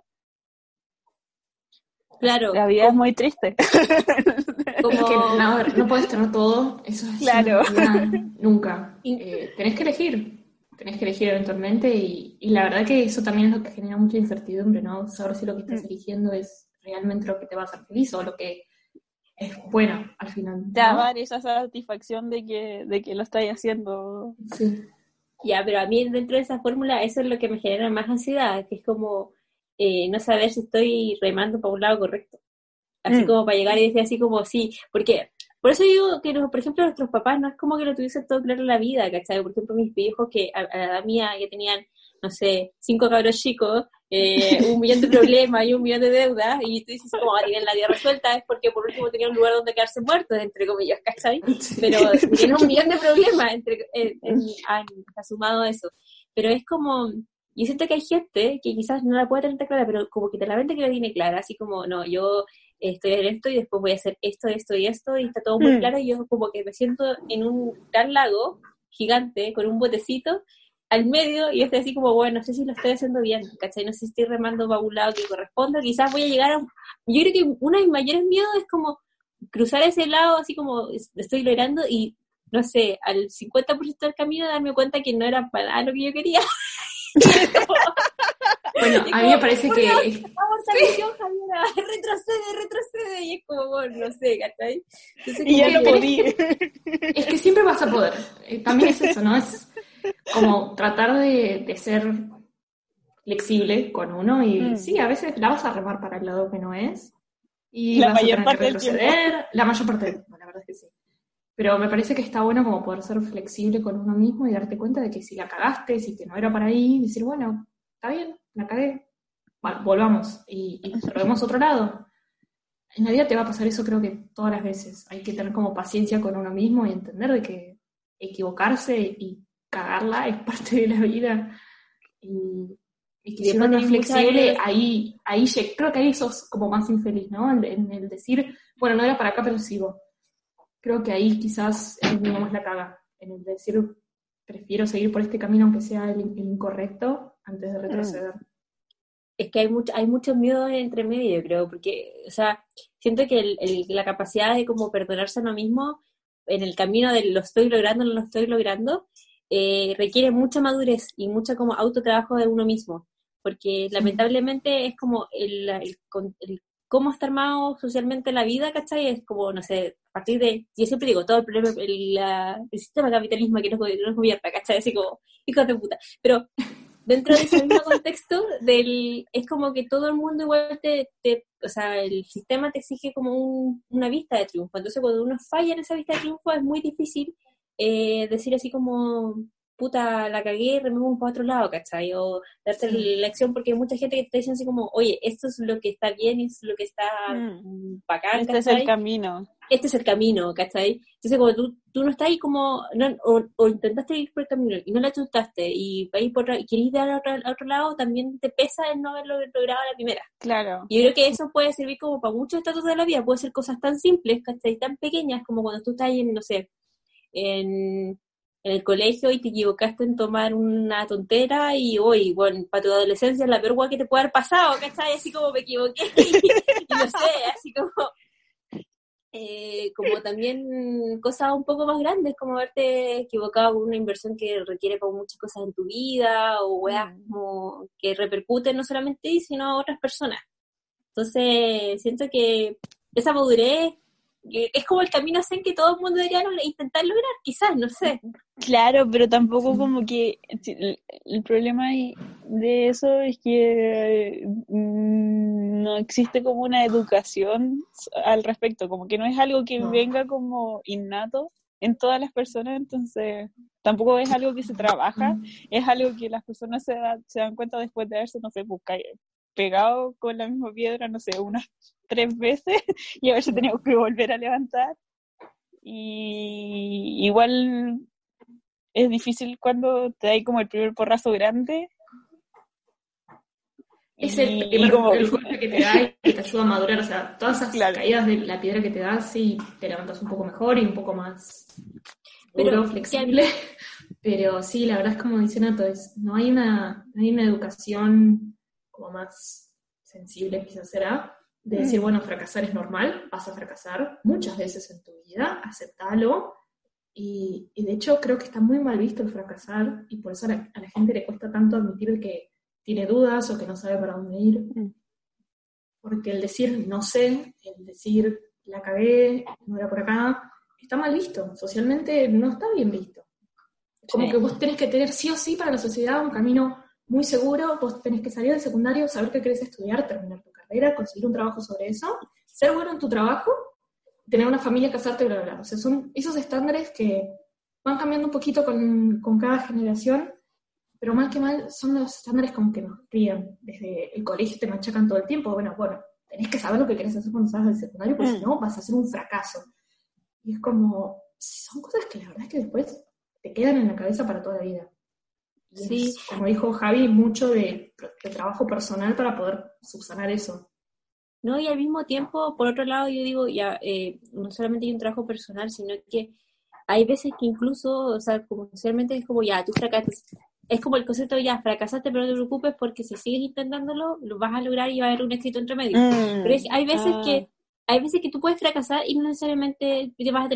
Claro. La vida como, es muy triste. Como... Es que no, no puedes tener todo. Eso es claro. Una, nunca. Eh, tenés que elegir. Tenés que elegir eventualmente y, y la verdad que eso también es lo que genera mucha incertidumbre, ¿no? Saber si lo que estás eligiendo es realmente lo que te va a hacer feliz o lo que es bueno al final, ¿no? Te va a dar esa satisfacción de que, de que lo estás haciendo. Sí. Ya, pero a mí dentro de esa fórmula eso es lo que me genera más ansiedad, que es como eh, no saber si estoy remando para un lado correcto. Así mm. como para llegar y decir así como sí, porque por eso digo que, los, por ejemplo, nuestros papás no es como que lo tuviesen todo claro en la vida, ¿cachai? Por ejemplo, mis viejos que a, a la edad mía ya tenían, no sé, cinco cabros chicos, eh, un millón de problemas y un millón de deudas, y tú dices como, ah, tienen la vida resuelta, es porque por último tenían un lugar donde quedarse muertos, entre comillas, ¿cachai? Pero tienen un millón de problemas entre, en, en, en, sumado a eso. Pero es como, yo siento que hay gente que quizás no la puede tener tan clara, pero como que te la mente que la tiene clara, así como, no, yo estoy en esto y después voy a hacer esto, esto y esto, y está todo muy mm. claro, y yo como que me siento en un gran lago gigante, con un botecito, al medio, y estoy así como, bueno, no sé si lo estoy haciendo bien, ¿cachai? No sé si estoy remando para un lado que corresponda, quizás voy a llegar a... Yo creo que uno de mis mayores miedos es como cruzar ese lado, así como estoy logrando, y no sé, al cincuenta por ciento del camino darme cuenta que no era para nada lo que yo quería. Bueno, a mí me parece que... Dios, por favor, salvación, Javiera, retrocede, retrocede, y es como, bueno, no sé, ¿cachai? Entonces, Y ya como no que- podía. Es que siempre vas a poder. Eh, También es eso, ¿no? Es como tratar de, de ser flexible con uno y Mm. sí, a veces la vas a remar para el lado que no es y La vas mayor a tener parte que del retroceder. La mayor parte del tiempo, la verdad es que sí. Pero me parece que está bueno como poder ser flexible con uno mismo y darte cuenta de que si la cagaste, si que no era para ahí, decir, bueno, está bien, la cagué. Bueno, volvamos y, y probemos otro lado. En la vida te va a pasar eso creo que todas las veces. Hay que tener como paciencia con uno mismo y entender de que equivocarse y cagarla es parte de la vida. Y, y que Y si uno no es después tenés muchas flexible, áreas- ahí, ahí lleg- creo que ahí sos como más infeliz, ¿no? En, en el decir, bueno, no era para acá, pero sigo. Creo que ahí quizás es donde uno más la caga. En el decir, prefiero seguir por este camino aunque sea el, el incorrecto, antes de retroceder. Es que hay mucho, hay muchos miedos entre medio, creo, porque, o sea, siento que el, el- la capacidad de como perdonarse a uno mismo en el camino de lo estoy logrando, no lo estoy logrando, eh, requiere mucha madurez y mucho como autotrabajo de uno mismo, porque lamentablemente es como el, el, con- el cómo está armado socialmente la vida, ¿cachai? Es como, no sé, a partir de, yo siempre digo, todo el problema, el, la- el sistema de capitalismo que nos, go- nos gobierna, ¿cachai? Así como, hijos de puta, pero dentro de ese mismo contexto, del, es como que todo el mundo igual te, te o sea, el sistema te exige como un- una vista de triunfo. Entonces, cuando uno falla en esa vista de triunfo, es muy difícil eh, decir así como, puta, la cagué, rememos para otro lado, ¿cachai? O darte Sí. la lección, porque hay mucha gente que te está diciendo así como, oye, esto es lo que está bien, esto es lo que está Mm. mm, bacán, Este es ¿cachai? el camino. Este es el camino, ¿cachai? Entonces, como tú, tú no estás ahí como, no, o, o intentaste ir por el camino y no la chutaste y vais por otra- y querís dar a otro, a otro lado, también te pesa el no haberlo logrado a la primera. Claro. Y yo creo que eso puede servir como para muchos estatus de la vida, puede ser cosas tan simples, ¿cachai? Tan pequeñas como cuando tú estás en, no sé, en, en el colegio y te equivocaste en tomar una tontera y hoy, bueno, para tu adolescencia es la peor hueá que te puede haber pasado, ¿cachai? Así como me equivoqué y, y no sé, así como... Eh, como también cosas un poco más grandes, como haberte equivocado con una inversión que requiere como muchas cosas en tu vida, o weas Mm. como que repercuten no solamente ahí, sino a otras personas. Entonces, siento que esa madurez eh, es como el camino zen que todo el mundo debería lograr- intentar lograr, quizás, no sé. Claro, pero tampoco como que sí, el, el problema ahí de eso es que mm, no existe como una educación al respecto, como que no es algo que No. venga como innato en todas las personas, entonces tampoco es algo que se trabaja, es algo que las personas se, da- se dan cuenta después de haberse, no sé, pues, ca- pegado con la misma piedra, no sé, unas tres veces y haberse tenido que volver a levantar. Y igual es difícil cuando te da como el primer porrazo grande. Es Y- el y primer como- el golpe que te da y que te ayuda a madurar. O sea, todas esas Claro. caídas de la piedra que te da, sí, te levantas un poco mejor y un poco más Pero, duro, flexible. Pero sí, la verdad es como dice Nato, es, no hay una, no hay una educación como más sensible, quizás será, de decir, Mm. bueno, fracasar es normal, vas a fracasar muchas veces en tu vida, aceptalo. Y, y de hecho creo que está muy mal visto el fracasar y por eso a la, a la gente le cuesta tanto admitir que tiene dudas o que no sabe para dónde ir. Mm. Porque el decir no sé, el decir la cagué, no era por acá, está mal visto. Socialmente no está bien visto. Como Sí. que vos tenés que tener sí o sí para la sociedad un camino muy seguro, vos tenés que salir del secundario, saber qué querés estudiar, terminar tu carrera, conseguir un trabajo sobre eso, ser bueno en tu trabajo, tener una familia, casarte, bla, bla, bla. O sea, son esos estándares que van cambiando un poquito con, con cada generación, pero mal que mal son los estándares como que nos crían. Desde el colegio te machacan todo el tiempo. Bueno, bueno, tenés que saber lo que querés hacer cuando salgas del secundario, porque Mm. si no vas a ser un fracaso. Y es como, son cosas que la verdad es que después te quedan en la cabeza para toda la vida. Y Sí. es, como dijo Javi, mucho de, de trabajo personal para poder subsanar eso. No, y al mismo tiempo, por otro lado, yo digo, ya, eh, no solamente hay un trabajo personal, sino que hay veces que incluso, o sea, como socialmente es como, ya, tú fracasaste. Es como el concepto, ya, fracasaste, pero no te preocupes porque si sigues intentándolo, lo vas a lograr y va a haber un éxito entre medio. Mm. Pero es- hay veces Ah. que hay veces que tú puedes fracasar y no necesariamente te vas a tener que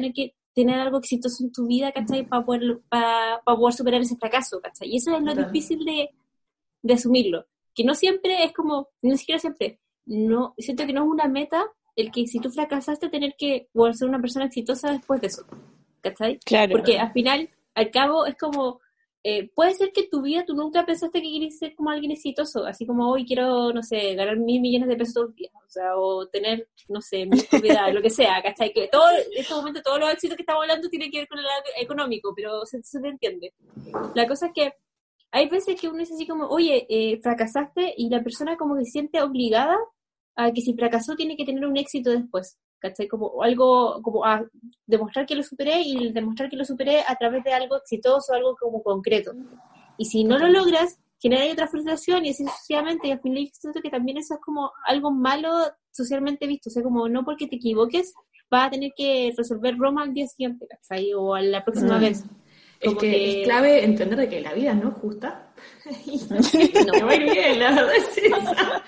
tener algo exitoso en tu vida, ¿cachai? Para poder, para, para poder superar ese fracaso, ¿cachai? Y eso es lo difícil de, de asumirlo. Que no siempre es como, ni siquiera siempre, no, siento que no es una meta el que si tú fracasaste tener que volver a ser una persona exitosa después de eso, ¿cachai? Claro. Porque al final, al cabo, es como, eh, puede ser que en tu vida tú nunca pensaste que querías ser como alguien exitoso, así como hoy quiero, no sé, ganar mil millones de pesos todos los días, o sea, o tener, no sé, mil propiedades, lo que sea, ¿cachai? Que todo, en este momento todos los éxitos que estamos hablando tienen que ver con el lado económico, pero se, se entiende. La cosa es que hay veces que uno dice así como, oye, eh, fracasaste, y la persona como que se siente obligada a que si fracasó tiene que tener un éxito después, ¿cachai? Como algo, como a demostrar que lo superé, y demostrar que lo superé a través de algo exitoso, algo como concreto. Y si no lo logras, genera otra frustración, y así sucesivamente, y al final siento que también eso es como algo malo socialmente visto, o sea, como no porque te equivoques vas a tener que resolver Roma al día siguiente, ¿cachai? O a la próxima mm. vez. Es que, que es clave entender de que la vida no es justa. Y no te va a ir bien, la verdad es esa.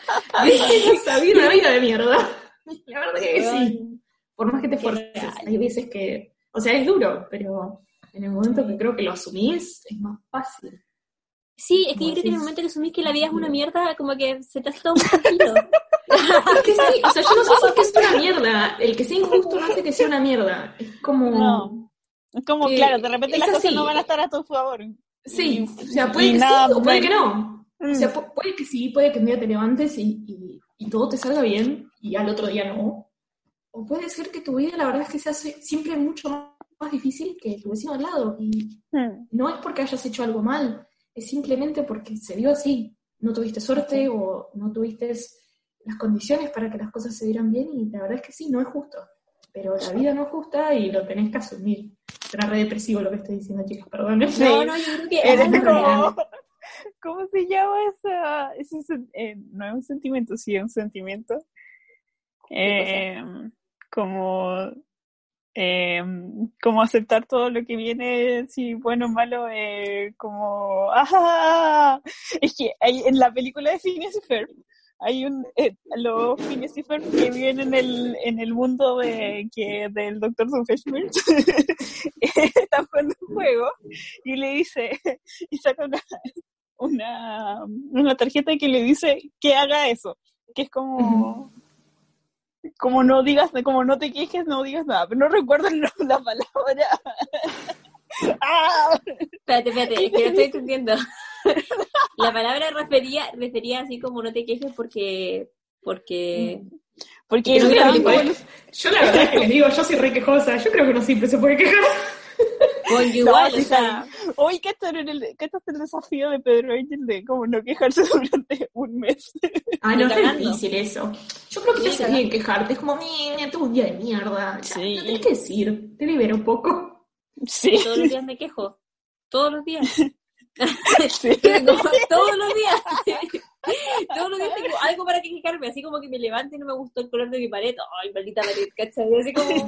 Esa vida, una vida de mierda. La verdad que sí. Por más que te esfuerces, hay veces que... O sea, es duro, pero en el momento que creo que lo asumís, es más fácil. Sí, es que yo creo que en el momento que asumís que la vida es una mierda, como que se te hace todo un poquito. Es que sí, o sea, yo no sé si es que es una mierda. El que sea injusto no hace que sea una mierda. Es como... No. Es como, eh, claro, de repente las cosas no van a estar a tu favor. Sí, o sea, puede que nada, sí o puede que no. Mm. O sea, puede que sí, puede que un día te levantes y, y, y todo te salga bien y al otro día no. O puede ser que tu vida, la verdad es que se hace siempre mucho más difícil que tu vecino al lado. Y mm. no es porque hayas hecho algo mal, es simplemente porque se dio así. No tuviste suerte o no tuviste las condiciones para que las cosas se dieran bien, y la verdad es que sí, no es justo. Pero la vida no es justa y lo tenés que asumir. Será re depresivo lo que estoy diciendo, chicas, perdón. Sí. No, no, yo creo que es como... ¿Cómo se llama esa? Ese, eh, no es un sentimiento, sí es un sentimiento. Eh, como... Eh, como aceptar todo lo que viene, si bueno o malo, eh, como... ¡Ah! Es que hay, en la película de Phineas y Ferb, hay un eh, los Phineas y Ferb que viven en el en el mundo de que del doctor Doofenshmirtz están jugando un juego y le dice y saca una una una tarjeta que le dice que haga eso, que es como uh-huh. como no digas, como no te quejes, no digas nada, pero no recuerdo la, la palabra. ¡Ah! Espérate, espérate, es que no estoy entendiendo. La palabra refería, refería así como no te quejes porque... Porque... Porque no yo, puede, yo la verdad es que les digo, yo soy re quejosa, yo creo que uno siempre se puede quejar. Bueno, igual, no, o sea... Hoy que está en el, que está en el desafío de Pedro Angel de como no quejarse durante un mes. Ah, no, es difícil eso. Yo creo que te hace bien quejarte, es como, mira, tuve un día de mierda. Sí. No tenés que decir, te libera un poco. Sí. Todos los días me quejo. Todos los días. Sí. No, todos los días. Todos los días tengo algo para que quejarme. Así como que me levante y no me gustó el color de mi pared. Ay, maldita pared, ¿cachai? Así como...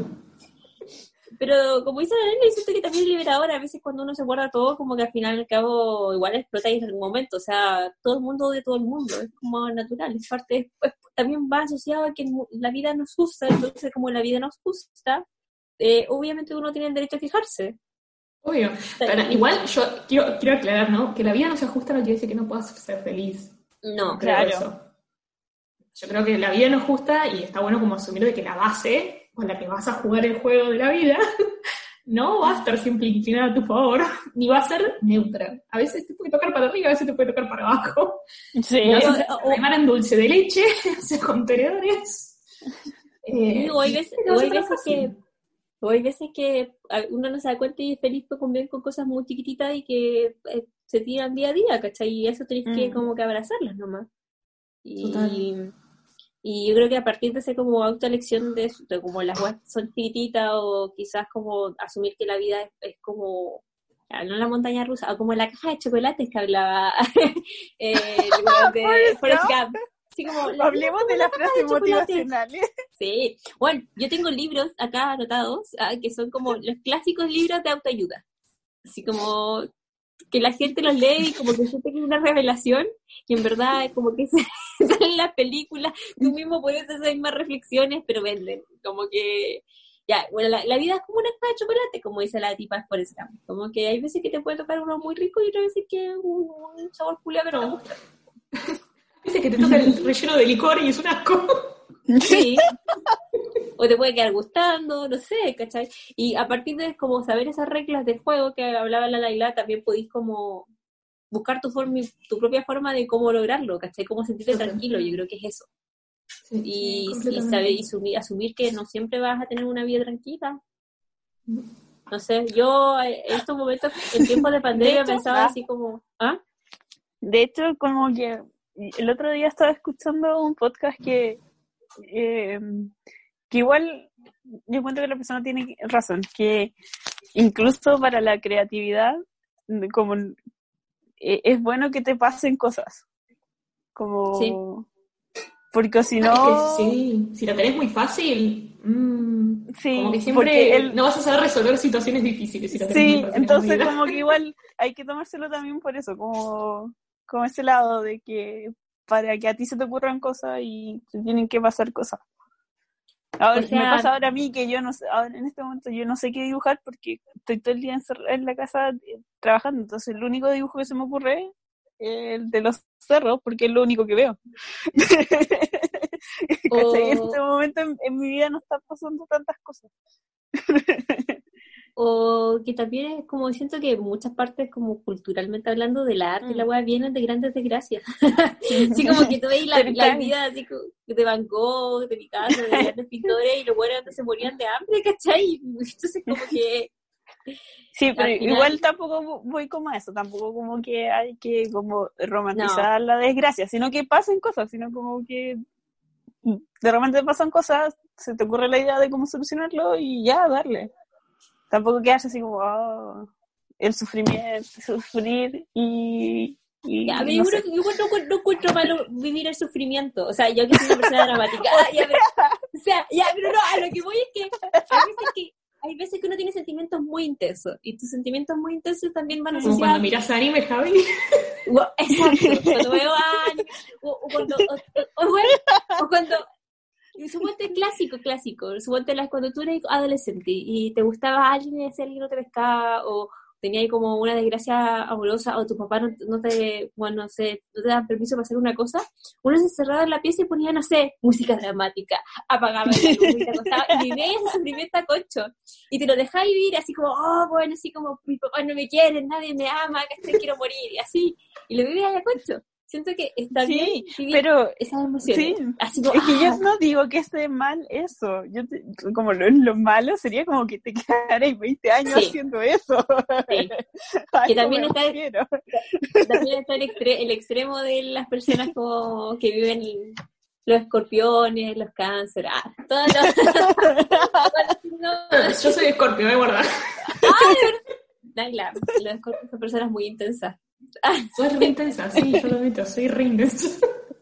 Pero como dice la nena, siento que también es liberador. A veces cuando uno se guarda todo, como que al final al cabo igual explota en algún momento. O sea, todo el mundo odia a todo el mundo. Es como natural. Es parte, pues, también va asociado a que la vida nos gusta. Entonces, como la vida nos gusta, Eh, obviamente uno tiene el derecho a quejarse. Obvio. Pero igual yo quiero, quiero aclarar, ¿no? Que la vida no se ajusta no quiere decir que no puedas ser feliz. No, claro. Eso. Yo creo que la vida no es justa y está bueno como asumir de que la base con la que vas a jugar el juego de la vida no va a estar siempre inclinada a tu favor, ni va a ser neutra. A veces te puede tocar para arriba, a veces te puede tocar para abajo. Sí. Y a veces te remar en dulce de leche, o sea, con tenedores. Eh, o hay veces, o hay veces que O hay veces que uno no se da cuenta y es feliz con, con cosas muy chiquititas y que eh, se tiran día a día, ¿cachai? Y eso tenés mm. que como que abrazarlas nomás. Y, y yo creo que a partir de esa como autoelección de, de como las webs son chiquititas o quizás como asumir que la vida es, es como, no la montaña rusa, o como la caja de chocolates que hablaba eh, de Forrest Gump. Así como, hablemos de la frase motivacional. Sí, bueno, yo tengo libros acá anotados, ¿ah? Que son como los clásicos libros de autoayuda. Así como que la gente los lee y como que yo tengo una revelación y en verdad como que salen las películas, tú mismo puedes hacer esas mismas reflexiones, pero venden. Como que Ya, bueno, la, la vida es como una caja de chocolate, como dice la tipa de Forrest Gump. Como que hay veces que te puede tocar uno muy rico y otras veces que un, un sabor culiado, pero no me gusta. Dice que te toca el relleno de licor y es un asco. Sí. O te puede quedar gustando, no sé, ¿cachai? Y a partir de como saber esas reglas de juego que hablaba la Laila, también podéis como buscar tu forma, tu propia forma de cómo lograrlo, ¿cachai? Cómo sentirte tranquilo, yo creo que es eso. Sí, y, sí, y saber y asumir, asumir que no siempre vas a tener una vida tranquila. No sé, yo en estos momentos, en tiempos de pandemia, de hecho, pensaba ah, así como, ¿ah? De hecho, como que el otro día estaba escuchando un podcast que eh, que igual yo encuentro que la persona tiene razón, que incluso para la creatividad, como eh, es bueno que te pasen cosas, como sí. porque si no, es que sí, si la tenés muy fácil, mmm, sí, como que siempre el, no vas a saber resolver situaciones difíciles si la tenés sí, muy fácil. Entonces como que igual hay que tomárselo también por eso, como, como ese lado de que para que a ti se te ocurran cosas y te tienen que pasar cosas. Ahora, o sea, me pasa ahora a mí que yo no sé, ahora en este momento yo no sé qué dibujar porque estoy todo el día encerrada en la casa eh, trabajando, entonces el único dibujo que se me ocurre es el de los cerros porque es lo único que veo. Oh. En este momento en, en mi vida no están pasando tantas cosas. O que también es como, siento que muchas partes como culturalmente hablando de la arte y mm. la weá vienen de grandes desgracias. Así como que tú veis la, la vida así como de Van Gogh, de Picasso, de grandes pintores y los buenos se morían de hambre, ¿cachai? Entonces como que... Sí, pero final... igual tampoco voy como a eso, tampoco como que hay que como romantizar no. la desgracia, sino que pasen cosas, sino como que de repente pasan cosas, se te ocurre la idea de cómo solucionarlo y ya, darle. Tampoco quedarse así como, oh, el sufrimiento, sufrir y... y ya, pero no yo creo que igual no, no encuentro malo vivir el sufrimiento. O sea, yo que soy una persona dramática. Ah, ya, pero, o sea, ya, pero no, a lo que voy es que hay veces que, hay veces que uno tiene sentimientos muy intensos. Y tus sentimientos muy intensos también van a asociar... Como cuando miras anime, Javi. Exacto, cuando veo anime. O, o cuando... O, o, o, bueno, o cuando... Suponte clásico, clásico. Suponte cuando tú eres adolescente y te gustaba alguien y ese alguien no te pescaba, o tenías como una desgracia amorosa, o tu papá no, no te, bueno, no sé, no te dan permiso para hacer una cosa, uno se encerraba en la pieza y ponía, no sé, música dramática, apagaba la luz y te acostaba, y vivías ese sufrimiento a concho. Y te lo dejabas vivir así como, oh, bueno, así como, mi papá no me quiere, nadie me ama, que quiero morir, y así. Y lo vivías a concho. Siento que está sí, bien pero esas emociones. Sí, así como, es que ah. yo no digo que esté mal eso. Yo te, como lo, lo malo sería como que te quedaras veinte años sí. haciendo eso. Sí. Ay, que también no está, también está el, extre- el extremo de las personas como que viven los escorpiones, los cánceres, ah, todos los... no. Yo soy escorpio, de verdad. Ah, claro, los escorpios son personas muy intensas. Soy re intensa, sí, yo lo admito, soy re intensa.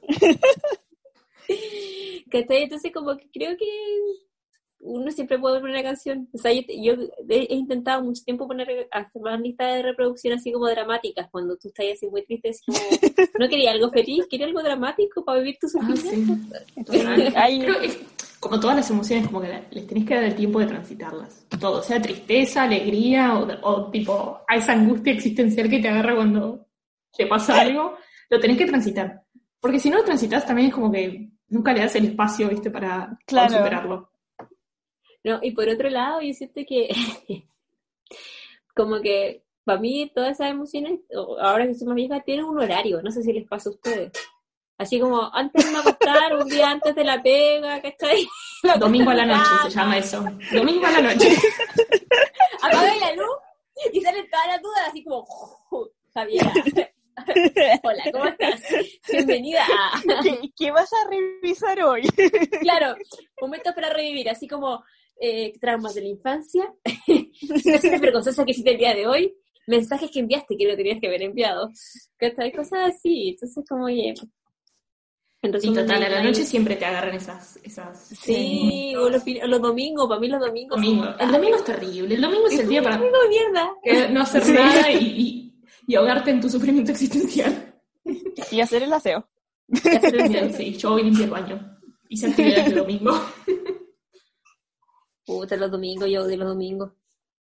Entonces como que creo que uno siempre puede poner una canción. O sea, yo, yo he intentado mucho tiempo poner hacer más listas de reproducción así como dramáticas, cuando tú estás así muy triste, así como, no quería algo feliz, quería algo dramático para vivir tu sufrimiento. Ah, sí. Hay, creo que es, como todas las emociones, como que les tenés que dar el tiempo de transitarlas. Todo, sea tristeza, alegría, o, o tipo, a esa angustia existencial que te agarra cuando te pasa algo, lo tenés que transitar. Porque si no lo transitas también es como que nunca le das el espacio, ¿viste? Para, claro. para superarlo. No, y por otro lado, yo siento que como que para mí todas esas emociones, ahora que soy más vieja, tienen un horario, no sé si les pasa a ustedes. Así como antes de acostar, un día antes de la pega, ¿cachai? Domingo a la noche se llama eso. Domingo a la noche. Apaga la luz y salen todas las dudas, así como, Javiera. Hola, ¿cómo estás? Bienvenida a... ¿Qué, ¿Qué vas a revisar hoy? Claro, momentos para revivir, así como eh, traumas de la infancia, situaciones vergonzosas que hiciste el día de hoy, mensajes que enviaste que no tenías que haber enviado, ¿cachai? Cosas así, entonces como, oye... En resumen, sí, total, a la noche siempre te agarran esas... esas sí, o los, o los domingos, para mí los domingos... Domingo. Son... El domingo es terrible, el domingo es el día para... domingo mierda. Que no hacer sí. nada y, y, y ahogarte en tu sufrimiento existencial. Y hacer el aseo. Y hacer el aseo, sí, yo hoy limpié el baño. Hice actividades el domingo. Puta, los domingos, yo odio los domingos.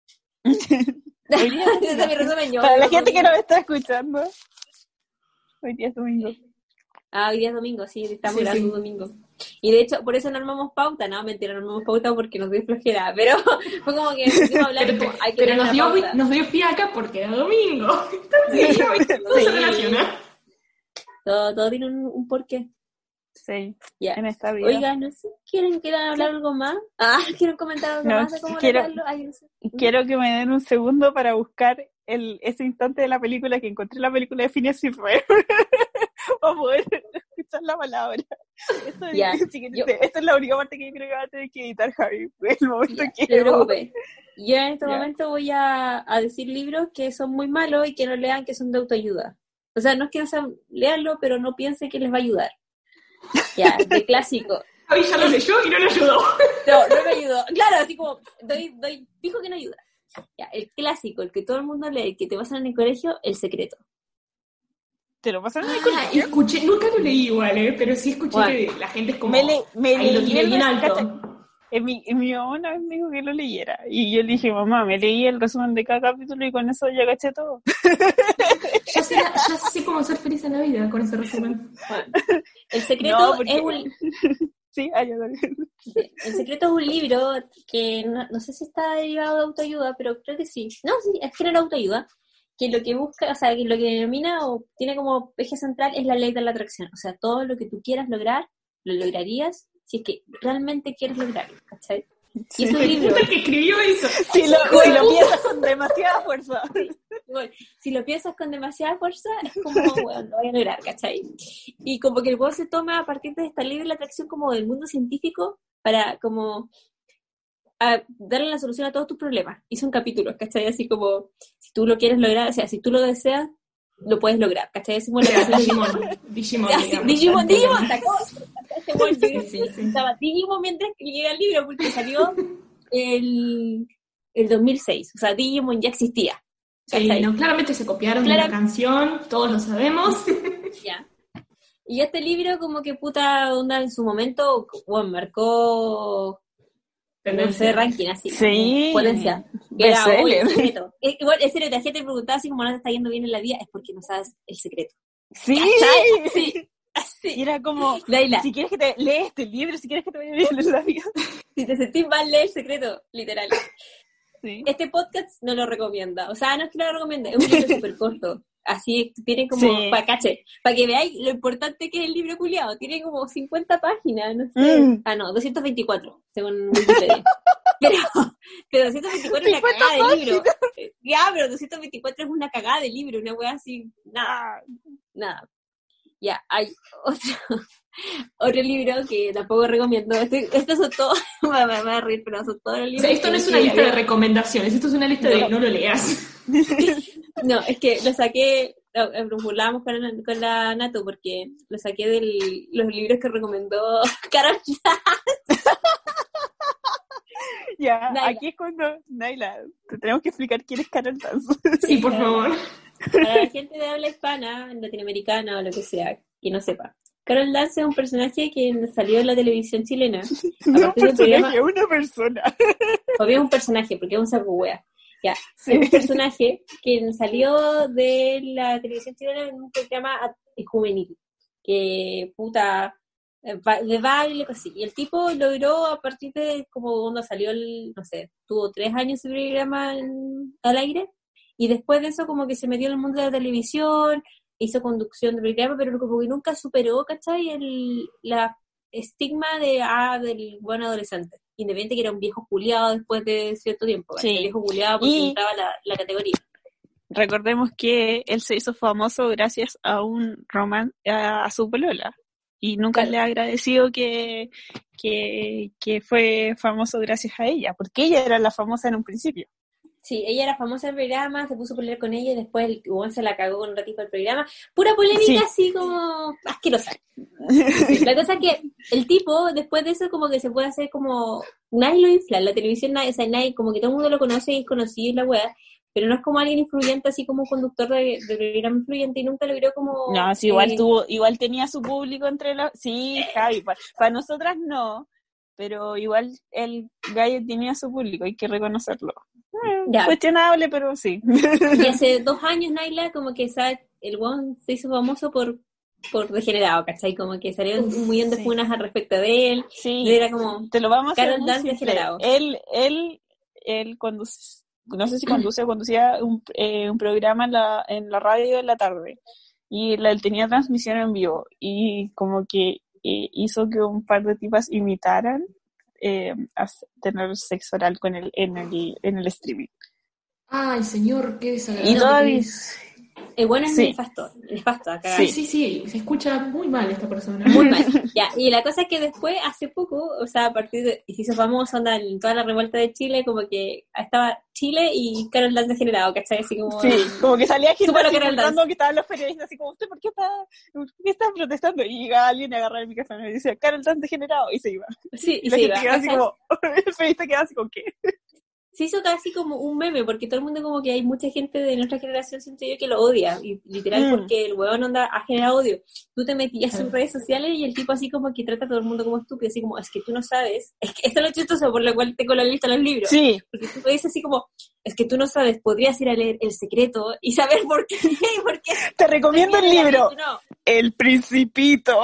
Hoy día es Ese es mi resumen, yo Para odio la los gente que domingos. nos está escuchando, hoy día es domingo. Ah, hoy día es domingo, sí, estamos Sí, grabando sí. un domingo. Y de hecho, por eso no armamos pauta, no, mentira, no armamos pauta porque nos dio flojera, pero fue como que empezamos a hablar Pero, y como, hay que pero tener nos, una dio, pauta. nos dio fiaca porque era domingo. Entonces, ya, todo se Sí. relaciona. Todo, todo tiene un, un porqué. Sí, Ya. en esta vida. Oiga, no sé, ¿quieren, quieren hablar algo más? Ah, ¿quieren comentar algo No, más de cómo quiero- lograrlo? Ay, no sé. Quiero que me den un segundo para buscar el, ese instante de la película que encontré la película de Phineas y Ferb. Para poder escuchar la palabra. Esto, es- Ya, sí que yo- te- esta es la única parte que yo creo que va a tener que editar, Javi. El momento Ya, que no te preocupes. Yo en este Ya. momento voy a, a decir libros que son muy malos y que no lean, que son de autoayuda. O sea, no es que no sean, leanlo, pero no piense que les va a ayudar. Ya, de clásico. Javi ya lo leyó y no le ayudó. No, no me ayudó. Claro, así como, doy, doy, dijo que no ayuda. Ya, el clásico, el que todo el mundo lee, que te pasan en el colegio, El Secreto. te lo pasan en el Ah, colegio. escuché, nunca lo leí igual, ¿eh? Pero sí escuché Bueno. que la gente es como... Me, le, me ahí lo leí tiene el bien resumen, alto. eh, mi, mi mamá una vez me dijo que lo leyera. Y yo le dije, mamá, me leí el resumen de cada capítulo y con eso ya caché todo. Ya sé, la- ya sé cómo ser feliz en la vida con ese resumen. Bueno, El Secreto No, porque- es un... Sí, ay, ya dale. El Secreto es un libro que no, no sé si está derivado de autoayuda, pero creo que sí. No, sí, es género autoayuda, que lo que busca, o sea, que lo que denomina o tiene como eje central es la ley de la atracción. O sea, todo lo que tú quieras lograr, lo lograrías si es que realmente quieres lograrlo, ¿cachai? Y es un libro, Puta el que escribió eso. Si lo, si lo piensas con demasiada fuerza. bueno, si lo piensas con demasiada fuerza, es como, bueno, lo voy a lograr, ¿cachai? Y como que el juego se toma a partir de esta ley de la atracción como del mundo científico para como a darle la solución a todos tus problemas. Y son capítulos, ¿cachai? Así como, si tú lo quieres lograr, o sea, si tú lo deseas, lo puedes lograr, ¿cachai? Así como la canción de Digimon. Digimon, Así, digamos. Digimon, Digimon, sacó. Este buen Sí, yo sí, sí. estaba Digimon mientras que llega el libro, porque salió el, el dos mil seis. O sea, Digimon ya existía. Sí, ¿cachai? no, claramente se copiaron de Clara- la canción, todos lo sabemos. Ya. Y este libro, como que puta onda en su momento, bueno, marcó no sé, ranking así. Sí. Potencia. Que era, Bestseller. oye, el secreto. Es, igual, en serio, la gente preguntaba así como no te está yendo bien en la vida, es porque no sabes el secreto. Sí. ¿Cachai? Sí. Así. Y era como, Laila, si quieres que te lee este libro, si quieres que te vaya bien en la vida. si te sentís mal, lee el secreto, literal. Sí. Este podcast no lo recomienda. O sea, no es que no lo recomiende, es un libro súper corto. Así, tiene como, Sí. para caché, para que veáis lo importante que es el libro culiado. Tiene como cincuenta páginas, no sé. Mm. Ah, no, doscientos veinticuatro, según Wikipedia. pero, pero doscientos veinticuatro es una cincuenta cagada de libro. Ya, pero doscientos veinticuatro es una cagada de libro, una wea así, nada, nada. Ya, hay otro, otro libro que tampoco recomiendo. Este, estos son todos, me va me va a reír, pero son todos los O libros. sea, esto que no es dije una que lista de había- recomendaciones, esto es una lista de No. no lo leas. No, es que lo saqué, no, eh, nos burlábamos con la, con la Nato porque lo saqué de los libros que recomendó Carol. Ya, Naila. aquí es cuando, Naila, te tenemos que explicar quién es Carol Dance. Sí, por favor. Para la gente de habla hispana, latinoamericana o lo que sea, que no sepa. Carol Dance es un personaje que salió en la televisión chilena. A No un partir del programa, personaje, una persona. obvio es un personaje, porque es un saco wea. Ya, Sí. es un personaje que salió de la televisión chilena en un programa juvenil. Que, puta, eh, va- de baile, así. Y el tipo logró, a partir de como cuando salió el, no sé, tuvo tres años ese programa en- al aire, y después de eso como que se metió en el mundo de la televisión, hizo conducción de programa, pero como que nunca superó, ¿cachai? El, la estigma de, ah, del buen adolescente. Independiente que era un viejo culiado después de cierto tiempo, ¿cachai? Sí. Viejo culiado porque Y- entraba la, la categoría. Recordemos que él se hizo famoso gracias a un romance, a, a su polola. Y nunca Claro. le ha agradecido que, que, que fue famoso gracias a ella, porque ella era la famosa en un principio. Sí, ella era famosa en el programa, se puso a pelear con ella y después el weón se la cagó con un ratito del programa. Pura polémica Sí. así como asquerosa. La cosa es que el tipo, después de eso, como que se puede hacer como... Nadie lo infla, en la televisión nadie, o sea, nadie, como que todo el mundo lo conoce y es conocido y la wea, pero no es como alguien influyente, así como un conductor de, de programa influyente y nunca logró como... No, sí, igual eh, tuvo, igual tenía su público entre los... Sí, Javi, para nosotras no, pero igual el gallo tenía su público, hay que reconocerlo. Eh, Ya. Cuestionable, pero sí. Y hace dos años, Naila, como que ¿sabes? El weón se hizo famoso por, por degenerado, ¿cachai? Como que salieron Uf, un millón de sí. funas al respecto de él. Sí, Y era como, te lo vamos a hacer Carol muy Dance simple. degenerado. Él, él, él conduce, no sé si conduce o conducía un, eh, un programa en la, en la radio en la tarde. Y la, él tenía transmisión en vivo. Y como que eh, hizo que un par de tipas imitaran eh, a tener sexo oral con él en el, en el streaming. Ay, señor, qué Y desagradable. todavía... el bueno es Sí. nefasto, nefasto acá. Sí, sí, sí, se escucha muy mal esta persona. Muy mal. Ya, y la cosa es que después, hace poco, o sea, a partir de, y se hizo famoso, onda, en toda la revuelta de Chile, como que estaba Chile y Carol Dance degenerado, ¿cachai? Así como... Sí, como que salía gente Súper así Carol Dance. contando que estaban los periodistas así como, ¿usted por qué está, por qué está protestando? Y llegaba alguien y agarraba el micrófono y decía, Carol Dance degenerado, y se iba. Sí, Y y la se gente iba. quedaba O así sea, como, el periodista quedaba así como, ¿qué? se hizo casi como un meme, porque todo el mundo como que hay mucha gente de nuestra generación, siento yo, que lo odia, y literal Mm. porque el huevón onda ha generado odio. Tú te metías en redes sociales y el tipo así como que trata a todo el mundo como estúpido, así como, es que tú no sabes, es que eso es lo chistoso por lo cual tengo la lista de los libros, Sí, porque tú te dices así como, es que tú no sabes, podrías ir a leer El Secreto y saber por qué, por qué. te recomiendo el libro, No. El Principito.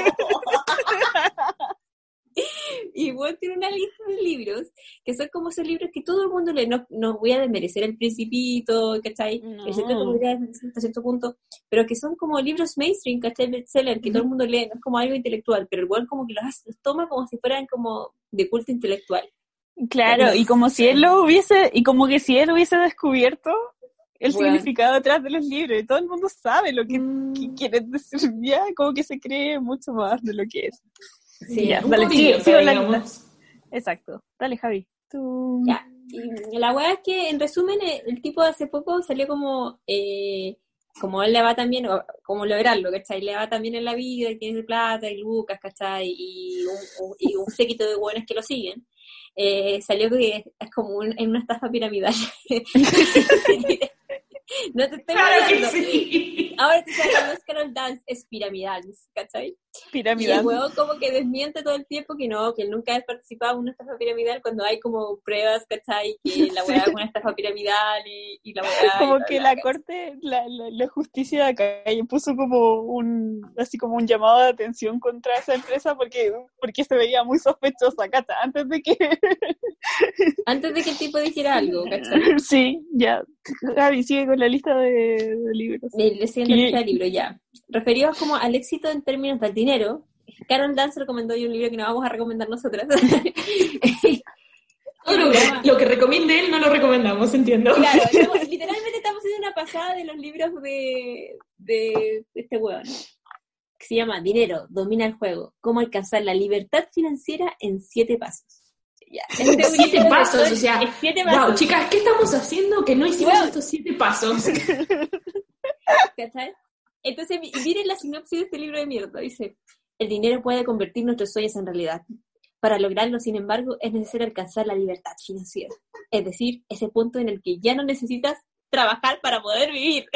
Y bueno, tiene una lista de libros que son como esos libros que todo el mundo lee. No, no voy a desmerecer El Principito, ¿cachai? No. El secreto podría desmerecer hasta cierto punto, pero que son como libros mainstream, ¿cachai? Bestseller, que todo el mundo lee, no es como algo intelectual, pero el weón como que los, hace- los toma como si fueran como de culto intelectual. Claro, y como si él lo hubiese, y como que si él hubiese descubierto el Bueno. significado detrás de los libros, y todo el mundo sabe lo que, Mm. que quieren decir, ya, como que se cree mucho más de lo que es. Sí, Ya, un dale, poco sigue, idiota, sigue la digamos. lista. Exacto. Dale, Javi. Tú... Ya. Y la weá es que, en resumen, el, el tipo hace poco salió como, eh, como él le va también, o como lograrlo, ¿cachai? Le va también en la vida, y tiene plata, y lucas, ¿cachai? Y un, un- y un séquito de buenos que lo siguen. Eh, salió que es como un- en una estafa piramidal. No te estoy Claro que hablando. sí. Ahora te sabes, no es Carol Dance, es piramidal, ¿cachai? Y Piramidal. el huevo como que desmiente todo el tiempo que no, que él nunca ha participado en una estafa piramidal cuando hay como pruebas, ¿cachai? Que la hueá es una estafa piramidal y, y la hueá... Como y bla, que bla, la corte, la, la, la justicia de acá y puso como un, así como un llamado de atención contra esa empresa porque, porque se veía muy sospechosa, ¿cachai? Antes de que... Antes de que el tipo dijera algo, ¿cachai? Sí, ya. Javi, sigue con la lista de, de libros. El el siguiente Y- lista de libro, ya. Referidos como al éxito en términos del dinero, Carol Dance recomendó hoy un libro que no vamos a recomendar nosotras. Todo lo, que, lo que recomiende él no lo recomendamos, entiendo. Claro, estamos- literalmente estamos haciendo una pasada de los libros de, de este hueón, que se llama Dinero, domina el juego, cómo alcanzar la libertad financiera en siete pasos. Ya. Este es un Siete libro de pasos, son- o sea, es siete wow, pasos, chicas, ¿qué estamos haciendo que no hicimos Wow. estos siete pasos? ¿cachai? Entonces, mi- miren la sinopsis de este libro de mierda, dice, el dinero puede convertir nuestros sueños en realidad. Para lograrlo, sin embargo, es necesario alcanzar la libertad financiera. Es decir, ese punto en el que ya no necesitas trabajar para poder vivir.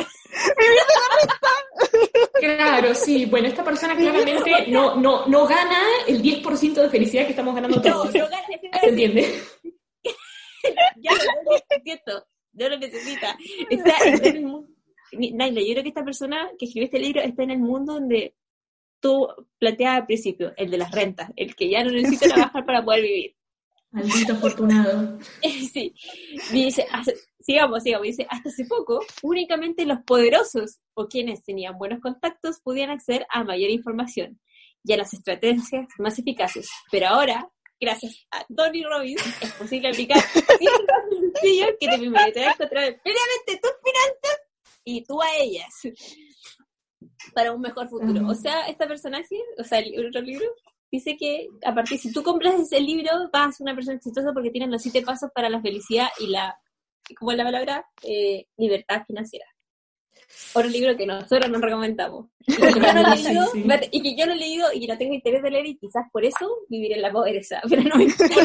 Claro, sí. Bueno, esta persona claramente no, no, no gana el diez por ciento de felicidad que estamos ganando No, todos. no ganas ese ¿Se entiende? ya no es cierto, no lo necesita. Está, está en el mundo. Naila, yo creo que esta persona que escribió este libro está en el mundo donde tú planteabas al principio, el de las rentas, el que ya no necesita trabajar para poder vivir. Maldito afortunado. Sí, y dice, hace- sigamos, sigamos, dice, hasta hace poco, únicamente los poderosos o quienes tenían buenos contactos podían acceder a mayor información y a las estrategias más eficaces. Pero ahora, gracias a Tony Robbins, es posible aplicar siete pasos sencillos que te permitirán controlar previamente tus finanzas y tú a ellas para un mejor futuro. Ajá. O sea, esta personaje, o sea, el otro libro, dice que a partir, si tú compras ese libro, vas a ser una persona exitosa porque tienen los siete pasos para la felicidad y la, ¿cómo es la palabra? Eh, libertad financiera. Otro libro que nosotros nos recomendamos. Y que yo no he leído, Sí, sí. espérate, y que yo no he leído y que no tengo interés de leer y quizás por eso vivir en la pobreza, pero no me importa.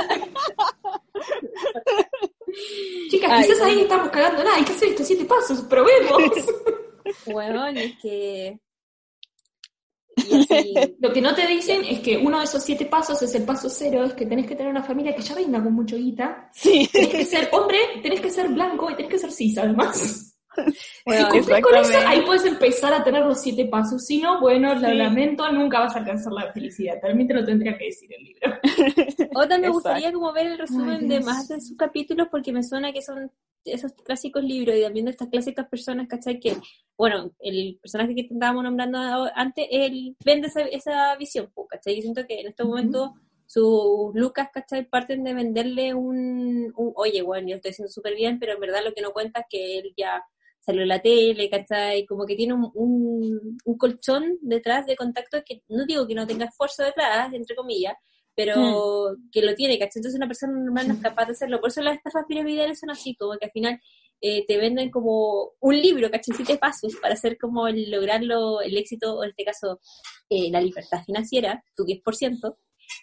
Chicas, Ay, quizás bueno. ahí estamos cagando nada. Hay que hacer estos siete pasos. Probemos. Bueno, es que Y así... Lo que no te dicen es que uno de esos siete pasos es el paso cero, es que tenés que tener una familia que ya venga con mucho guita. Sí. Tenés que ser hombre, tenés que ser blanco y tenés que ser cis, además. Bueno, si cumplís con eso, ahí puedes empezar a tener los siete pasos. Si no, bueno, lo Sí. lamento, nunca vas a alcanzar la felicidad. También te lo tendría que decir el libro. Otra me Exacto. gustaría como ver el resumen Ay, de Dios. más de sus capítulos porque me suena que son esos clásicos libros y también de estas clásicas personas, ¿cachai? Que, bueno, el personaje que estábamos nombrando antes, él vende esa, esa visión, ¿cachai? Yo siento que en estos momentos sus lucas, ¿cachai? Parten de venderle un, un oye, bueno, yo estoy haciendo súper bien, pero en verdad lo que no cuenta es que él ya salió en la tele, ¿cachai? Como que tiene un, un, un colchón detrás de contactos que no digo que no tenga esfuerzo detrás, entre comillas, pero mm. que lo tiene, ¿cachai? Entonces una persona normal no es capaz de hacerlo. Por eso las estafas piramidales son así, como que al final eh, te venden como un libro, ¿cachai? Siete pasos para hacer como el, lograrlo, el éxito, o en este caso eh, la libertad financiera, tu diez por ciento,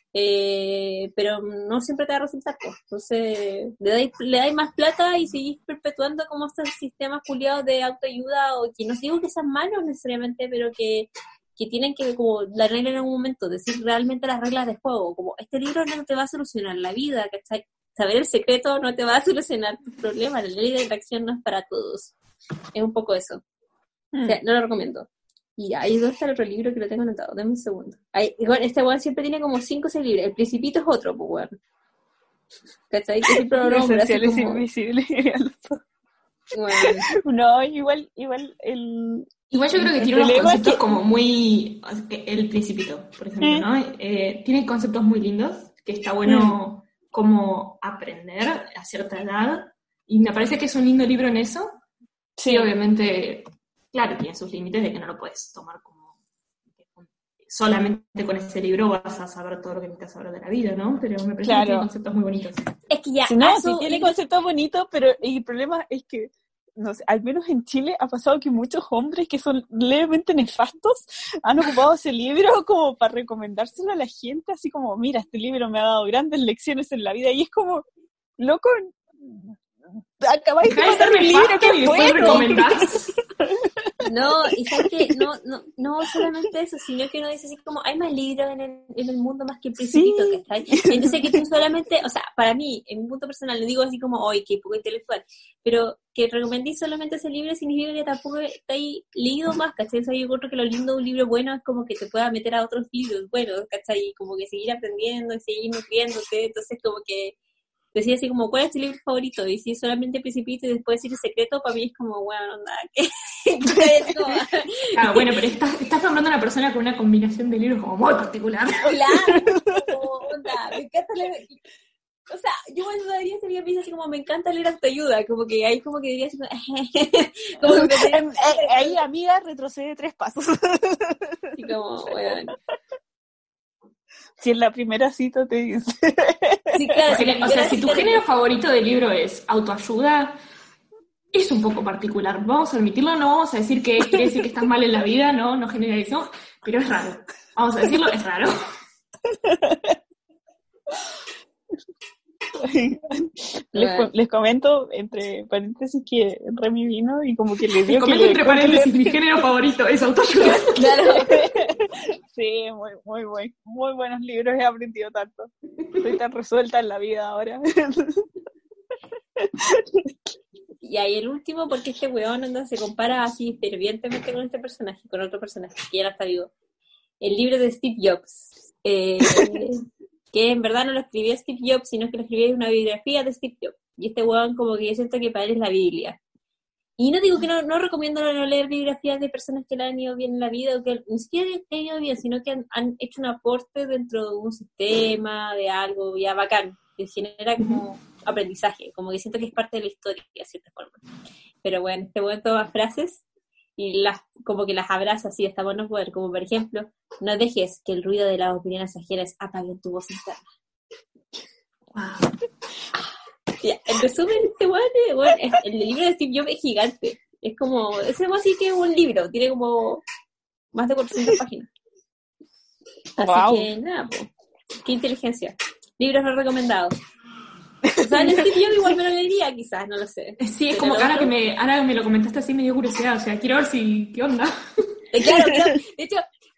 eh, pero no siempre te va a resultar, pues. Entonces le dais, le dais más plata y seguís perpetuando como estos sistemas culiados de autoayuda, o que no digo que sean malos necesariamente, pero que que tienen que, como, la regla en algún momento, decir realmente las reglas de juego, como, este libro no te va a solucionar la vida, ¿cachai? Saber el secreto no te va a solucionar tus problemas, la ley de atracción no es para todos. Es un poco eso. Mm. O sea, no lo recomiendo. Y ahí donde está el otro libro que lo tengo anotado, dame un segundo. Ahí, igual, este weón siempre tiene como cinco o seis libros, El Principito es otro, pues weón. ¿Cachai? Que siempre lo nombra, así como... invisibles. Bueno. No, igual, igual el... Igual yo creo que tiene unos conceptos que... como muy... El Principito, por ejemplo, ¿eh? ¿no? Eh, tiene conceptos muy lindos, que está bueno mm. como aprender a cierta edad, y me parece que es un lindo libro en eso. Sí, obviamente, claro, tiene sus límites de que no lo puedes tomar como... Solamente con ese libro vas a saber todo lo que necesitas saber de la vida, ¿no? Pero me parece claro. que tiene conceptos muy bonitos. Es que ya... Sí, no, sí tiene conceptos bonitos, pero el problema es que no sé, al menos en Chile ha pasado que muchos hombres que son levemente nefastos han ocupado ese libro como para recomendárselo a la gente, así como, mira, este libro me ha dado grandes lecciones en la vida, y es como, loco, acabáis de pasar el libro, que bueno. No, y sabes que no, no, no solamente eso, sino que uno dice así como, hay más libros en el, en el mundo más que el Principito, sí. ¿Cachai? Entonces que tú solamente, o sea, para mí, en mi punto personal, no digo así como, hoy qué poco intelectual, pero que recomendé solamente ese libro significa que tampoco te hay leído más, ¿cachai? O sea, yo creo que lo lindo de un libro bueno es como que te pueda meter a otros libros buenos, ¿cachai? Y como que seguir aprendiendo y seguir nutriéndote, entonces como que decía así como, ¿cuál es tu libro favorito? Y si es solamente Principito y después decir El Secreto, para mí es como, bueno, onda, ¿qué? como... Claro, bueno, pero estás, estás nombrando a una persona con una combinación de libros como muy particular. Claro, como, onda, me encanta leer... O sea, yo cuando todavía sería pienso así como, me encanta leer autoayuda, como que ahí como que diría así como... como que sería... Ahí, amiga, retrocede tres pasos. Así como, bueno... Si en la primera cita te dice. Sí, claro, si o sea, si tu género favorito del libro es autoayuda, es un poco particular. Vamos a admitirlo, no vamos a decir que quiere decir que estás mal en la vida, no, no generalizamos, pero es raro. Vamos a decirlo, es raro. les, les comento entre paréntesis que Remy vino y como que le dio les comento que entre le, paréntesis, le... mi género favorito es autoayuda. Claro. Sí, muy, muy buen, muy buenos libros, he aprendido tanto. Estoy tan resuelta en la vida ahora. Y ahí el último, porque este weón anda, se compara así fervientemente con este personaje, con otro personaje, que ya no está vivo. El libro de Steve Jobs. Eh, que en verdad no lo escribió Steve Jobs, sino que lo escribió una biografía de Steve Jobs. Y este weón como que yo siento que para él es la Biblia. Y no digo que no, no recomiendo no leer biografías de personas que le han ido bien en la vida, o que ni siquiera han ido bien, sino que han, han hecho un aporte dentro de un sistema, de algo ya bacán, que genera como aprendizaje, como que siento que es parte de la historia, de cierta forma. Pero bueno, este weón toma frases y las como que las abraza así hasta bueno poder, como por ejemplo, no dejes que el ruido de las opiniones ajenas apague tu voz interna. Wow. Ya, en resumen, este weón, bueno, el libro de Steve Jobs es gigante, es como, es algo así que un libro, tiene como más de cuatrocientas páginas. Así wow. Que nada, pues, qué inteligencia. Libros no recomendados. O sea, el Steve Jobs igual me lo leería, quizás, no lo sé. Sí, es como que ahora que, me, ahora que me lo comentaste así me dio curiosidad, o sea, quiero ver si, ¿qué onda? Claro, claro. De hecho,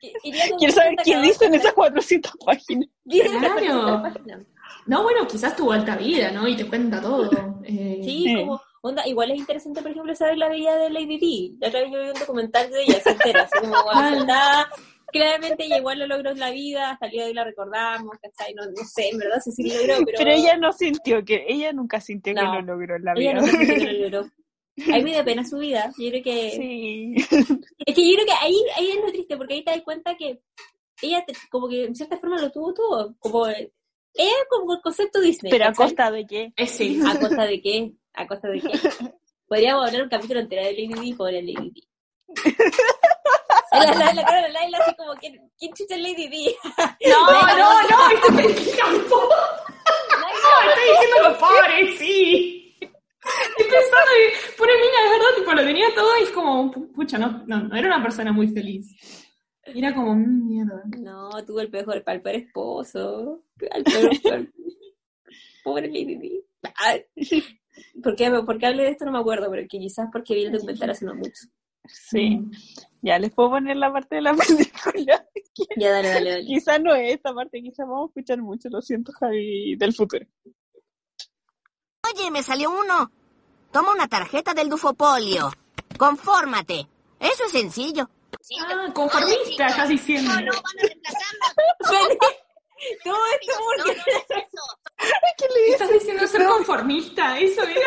Quiero saber qué dicen esas cuatrocientas páginas. Claro. No, bueno, quizás tuvo alta vida, ¿no? Y te cuenta todo. Eh, sí, sí, como, onda, igual es interesante, por ejemplo, saber la vida de Lady Di. La otra vez yo vi un documental de ella, se entera, así como, bueno, está, claramente ella igual lo logró en la vida, hasta el día de hoy la recordamos, ¿cachai? No, no sé, en verdad, sí, sí lo logró, pero... Pero ella no sintió que, ella nunca sintió no, que lo logró en la vida. Ella nunca sintió que lo logró. A mí me da pena su vida, yo creo que... Sí. Es que yo creo que ahí, ahí es lo triste, porque ahí te das cuenta que ella, te, como que en cierta forma lo tuvo todo, como... Es como el concepto Disney. ¿Pero ¿cachai? a costa de qué? Eh, sí. ¿A costa de qué? ¿A costa de qué? Podríamos hablar un capítulo entero de Lady Di por el Lady Di. La, la, la cara de Laila así como, ¿quién, quién chucha es Lady Di? No, no, no, no, esto me tampoco. No, estoy diciendo lo pobre, sí. Estoy pensando que, pobre mina, de verdad, tipo, lo tenía todo y es como, pucha, no, no, no era una persona muy feliz. Era como, mierda. No, tuvo el peor, el peor esposo. El peor, peor. Pobre Lady Di. ¿Por qué, ¿Por qué hablé de esto? No me acuerdo, pero que quizás porque vi el documental hace no mucho. Sí. Mm. Ya, les puedo poner la parte de la película. Ya, dale, dale, dale. Quizás no es esta parte, quizás vamos a escuchar mucho, lo siento, Javi, del futuro. Oye, me salió uno. Toma una tarjeta del Dufopolio. Confórmate. Eso es sencillo. Ah, conformista, estás diciendo. No, no, van a reemplazarme. Todo esto porque... ¿Qué le estás diciendo ser conformista? Eso era...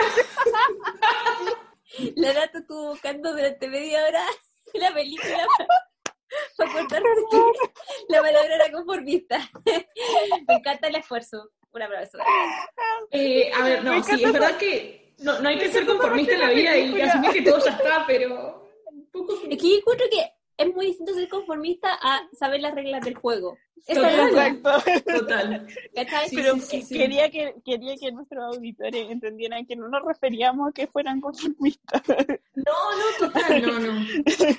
La Nata estuvo buscando durante media hora la película para acordarse que la palabra era conformista. Me encanta el esfuerzo. Un abrazo. Eh, a ver, no, sí, es verdad que no, no hay que ser conformista en la vida y asumir que todo ya está, pero... Un poco... Es que yo encuentro que es muy distinto ser conformista a saber las reglas del juego. Total, exacto. Total. ¿Cachai? Sí, pero sí, sí, sí. Quería, que, quería que nuestros auditores entendieran que no nos referíamos a que fueran conformistas. No, no, total, no, no.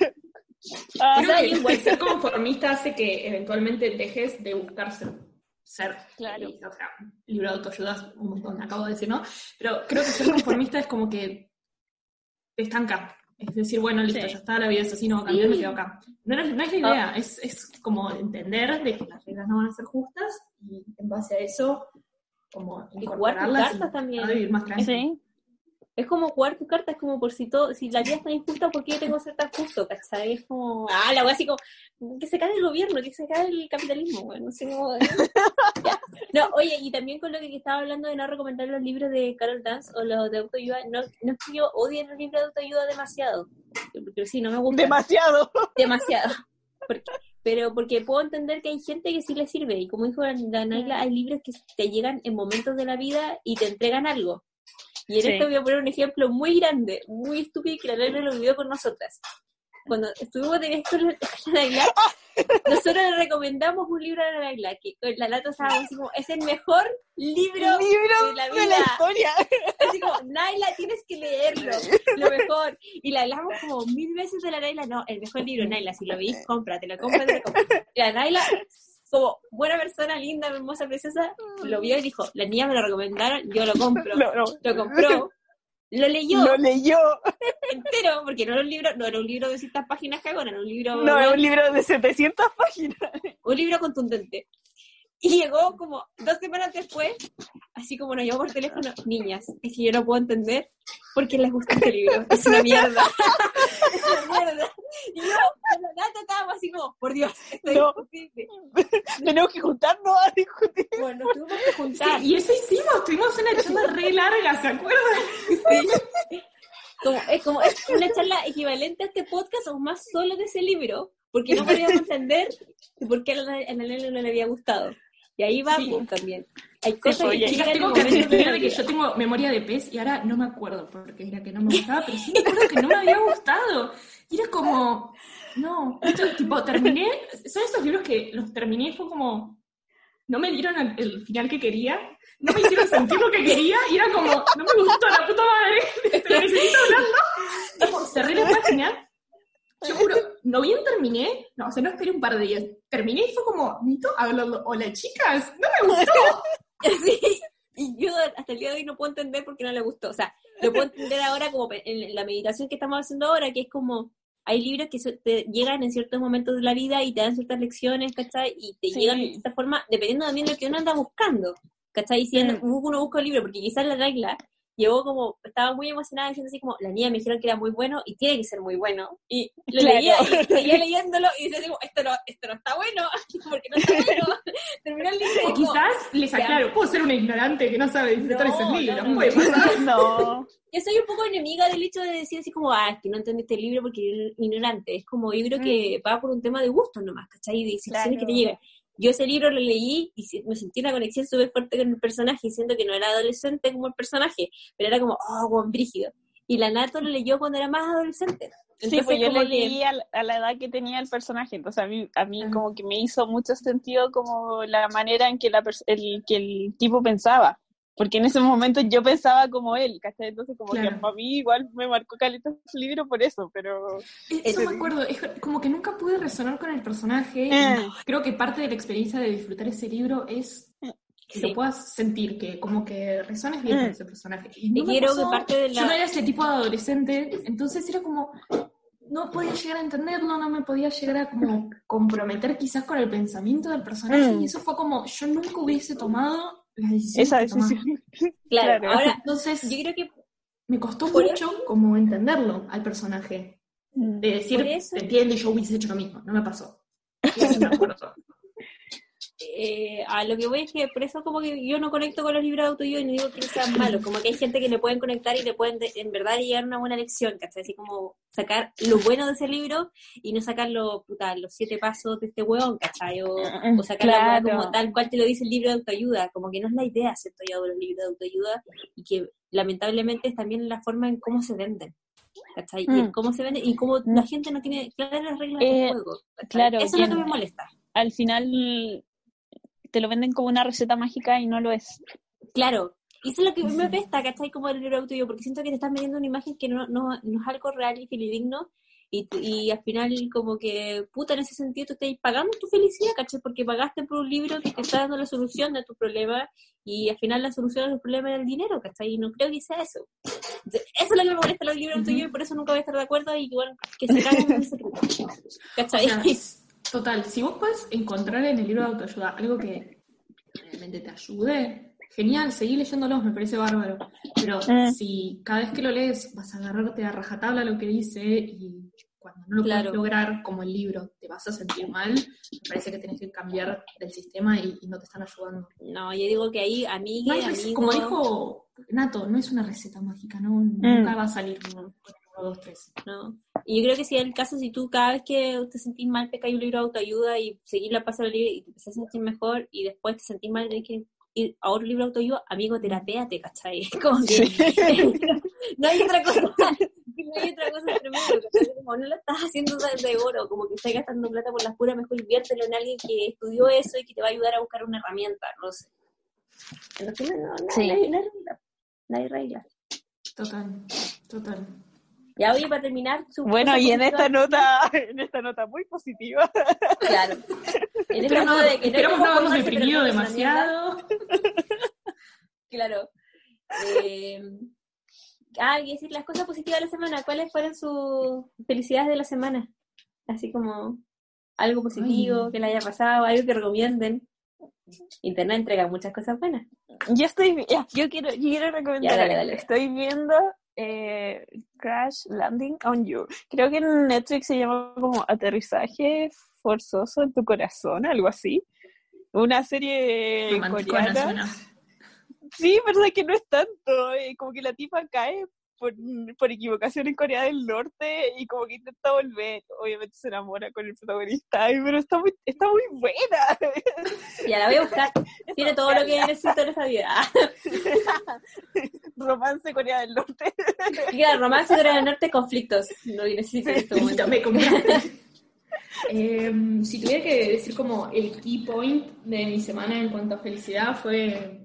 Ah, Creo que igual ser conformista hace que eventualmente dejes de buscar ser. ser claro. Y, o sea, libro de autoayudas, un montón, acabo de decir, ¿no? Pero creo que ser conformista es como que te estanca. Es decir, bueno, listo, sí. ya está, la vida es así, no va a cambiar, sí. Me quedo acá. No, no es la idea, oh. es, es como entender de que las reglas no van a ser justas y en base a eso, como y jugar tus cartas también. Vivir más tranquilo. Sí. Es como jugar tus cartas, como por si todo, si la vida está injusta, ¿por qué yo tengo que ser tan justo? ¿Cachai? Es como, ah, la wea así como, que se cae el gobierno, que se cae el capitalismo, bueno, no sé cómo. Ya. No, oye, y también con lo que estaba hablando de no recomendar los libros de Carol Dance o los de autoayuda, no, no es que yo odie los libros de autoayuda demasiado, porque sí, no me gusta. Demasiado. Demasiado. Porque, pero porque puedo entender que hay gente que sí le sirve, y como dijo la Naila, hay libros que te llegan en momentos de la vida y te entregan algo. Y en sí. Esto voy a poner un ejemplo muy grande, muy estúpido, que la Naila lo vivió con nosotras. Cuando estuvimos de viaje con la Naila, nosotros le recomendamos un libro a la Naila, que con la Lata estábamos así como, es el mejor libro, libro de la vida. De la historia. Así como, Naila, tienes que leerlo, lo mejor. Y la hablamos como mil veces de la Naila, no, el mejor libro, Naila, si lo veis, cómpratelo, cómpratelo, cómpratelo. Y la Naila, como buena persona, linda, hermosa, preciosa, lo vio y dijo, las niñas me lo recomendaron, yo lo compro. No, no. Lo compró. Lo leyó. Lo leyó. Entero, porque no era un libro, no era un libro de ciertas páginas cagona, era un libro... No, era un libro de setecientas páginas. Un libro contundente. Y llegó como dos semanas después, así como nos llamó por teléfono, niñas, es que yo no puedo entender por qué les gusta este libro. Es una mierda. Es una mierda. Y yo, cuando Nata estábamos así como, por Dios, esto no. es imposible. Tenemos que juntarnos a discutir. Bueno, nos tuvimos que juntar. Sí, y eso hicimos, tuvimos una charla re larga, ¿se acuerdan? Sí. Como, es como es una charla equivalente a este podcast o más solo de ese libro, porque no podíamos entender por qué a la, a la Nela no le había gustado. Y ahí vamos sí. También. Hay cosas sí, que chicas, tengo que admitir de que yo tengo memoria de pez y ahora no me acuerdo porque era que no me gustaba, pero sí me acuerdo que no me había gustado. Y era como, no, esto, tipo, terminé, son esos libros que los terminé y fue como, no me dieron el, el final que quería, no me hicieron sentir lo que quería y era como, no me gustó, la puta madre, te lo necesito hablando. Como, cerré la página. Yo juro, no bien terminé, no, o sea, no esperé un par de días, terminé y fue como, ¿nito? Hablando, hola chicas, no me gustó. Sí, y yo hasta el día de hoy no puedo entender por qué no le gustó, o sea, lo puedo entender ahora como en la meditación que estamos haciendo ahora, que es como, hay libros que so- te llegan en ciertos momentos de la vida y te dan ciertas lecciones, ¿cachai? Y te Sí. llegan de cierta forma, dependiendo también de lo que uno anda buscando, ¿cachai? Y si anda- uno busca un libro, porque quizás la regla llegó como, estaba muy emocionada diciendo así como, la niña me dijeron que era muy bueno y tiene que ser muy bueno. Y lo Claro. leía y seguía leyéndolo y decía así como, esto no, esto no está bueno, porque no está bueno. Terminó el libro y O como, quizás les aclaro, puedo ser una ignorante que no sabe disfrutar No, esos libros. no, no. Puede pasar. No. yo soy un poco enemiga del hecho de decir así como, ah, es que no entendiste el libro porque eres ignorante. Es como, yo creo que va por un tema de gusto nomás, ¿cachai? De situaciones Claro. que te llegan. Yo ese libro lo leí y si- me sentí una conexión súper fuerte con el personaje, siendo que no era adolescente como el personaje, pero era como, oh, buen brígido. Y la Nato lo leyó cuando era más adolescente. Sí, pues yo como lo que- leí a, la- a la edad que tenía el personaje, entonces a mí, a mí Ah. como que me hizo mucho sentido como la manera en que, la pers- el, que el tipo pensaba, porque en ese momento yo pensaba como él, ¿cachai? Entonces como Claro. que para mí igual me marcó caleta ese libro por eso, pero... Eso me acuerdo, es como que nunca pude resonar con el personaje. Eh. Y creo que parte de la experiencia de disfrutar ese libro es que Sí. lo puedas sentir, que como que resones bien Mm. con ese personaje. Y no Y me creo que pasó, parte de yo la- no era ese tipo de adolescente, entonces era como, no podía llegar a entenderlo, no me podía llegar a como comprometer quizás con el pensamiento del personaje, Mm. y eso fue como, yo nunca hubiese tomado la decisión Esa que tomaba. decisión. Claro, Claro. ahora, Entonces, yo creo que me costó por mucho como entenderlo al personaje. De decir, Por eso- te entiendo y yo hubiese hecho lo mismo. No me pasó. Eso me acuerdo. eh, a lo que voy es que por eso como que yo no conecto con los libros de autoayuda y no digo que sean malos, como que hay gente que le pueden conectar y le pueden de- en verdad llegar a una buena lección, ¿cachai? Así como sacar lo bueno de ese libro y no sacar lo, puta, los siete pasos de este hueón, ¿cachai? O, o sacar la hueá Claro. como tal cual te lo dice el libro de autoayuda, como que no es la idea, ¿cierto? Yo de los libros de autoayuda y que lamentablemente es también la forma en cómo se venden, ¿cachai? Y Mm. en cómo se venden y cómo la gente no tiene claras las reglas Eh, del juego, ¿cachai? claro, Eso es lo bien. que me molesta. Al final te lo venden como una receta mágica y no lo es. Claro, y eso es lo que me Sí. pesta, ¿cachai? Como el libro autoayuda, porque siento que te estás vendiendo una imagen que no, no, no es algo real y fidedigno, y, y al final como que, puta, en ese sentido tú estás pagando tu felicidad, ¿cachai? Porque pagaste por un libro que te está dando la solución de tu problema, y al final la solución de tu problema es el dinero, ¿cachai? Y no creo que sea eso. Entonces, eso es lo que me molesta los libros autoayuda, y por eso nunca voy a estar de acuerdo, y igual que se caguen en ese truco, O ¿cachai? sea, total, si vos puedes encontrar en el libro de autoayuda algo que realmente te ayude, genial, seguí leyéndolos, me parece bárbaro. Pero Mm. si cada vez que lo lees vas a agarrarte a rajatabla lo que dice y cuando no lo Claro. puedes lograr como el libro te vas a sentir mal, me parece que tenés que cambiar del sistema y, y no te están ayudando. No, yo digo que ahí, amigue, No hay rec- amigo... como dijo Nato, no es una receta mágica, no, nunca va a salir con uno, dos, tres. ¿no? Y yo creo que si es el caso, si tú cada vez que te sentís mal, pescas un libro de autoayuda y seguís la pasada libre y te empezás a sentir mejor y después te sentís mal y tenés que ir a otro libro de autoayuda, amigo, terapéate, ¿cachai? Como que no hay otra cosa, no hay otra cosa entre medio, ¿cachai? Como no lo estás haciendo de oro, como que estás gastando plata por las puras, mejor inviértelo en alguien que estudió eso y que te va a ayudar a buscar una herramienta, no sé. En resumen, no, no, Sí. no hay, no hay regla, no hay regla. Total, total. Ya, oye, para terminar... Su Bueno, cosa y en positiva- esta nota, en esta nota muy positiva, Claro. En esta Esperamos, moda de que esperamos no no hay habernos formarse, deprimido pero estamos en la mierda. demasiado. Claro. Eh, ah, y decir las cosas positivas de la semana. ¿Cuáles fueron sus felicidades de la semana? Así como algo positivo Ay. que le haya pasado, algo que recomienden. Internet entrega muchas cosas buenas. yo estoy, ya, yo quiero, yo quiero recomendar Ya, dale, algo. dale. Estoy viendo eh, Crash Landing on You. Creo que en Netflix se llama como Aterrizaje forzoso en tu corazón, algo así. Una serie Romanticona coreana. suena. Sí, pero es que no es tanto. eh, como que la tipa cae por, por equivocación en Corea del Norte y como que intenta volver. Obviamente se enamora con el protagonista. Ay, pero está muy, está muy buena. Ya la voy a buscar. Tiene todo lo que necesito en esa vida. Romance Corea del Norte. Claro, romance Corea del Norte, conflictos. Lo que necesito en este momento. Listo, me compraste. Eh, si tuviera que decir como el key point de mi semana en cuanto a felicidad fue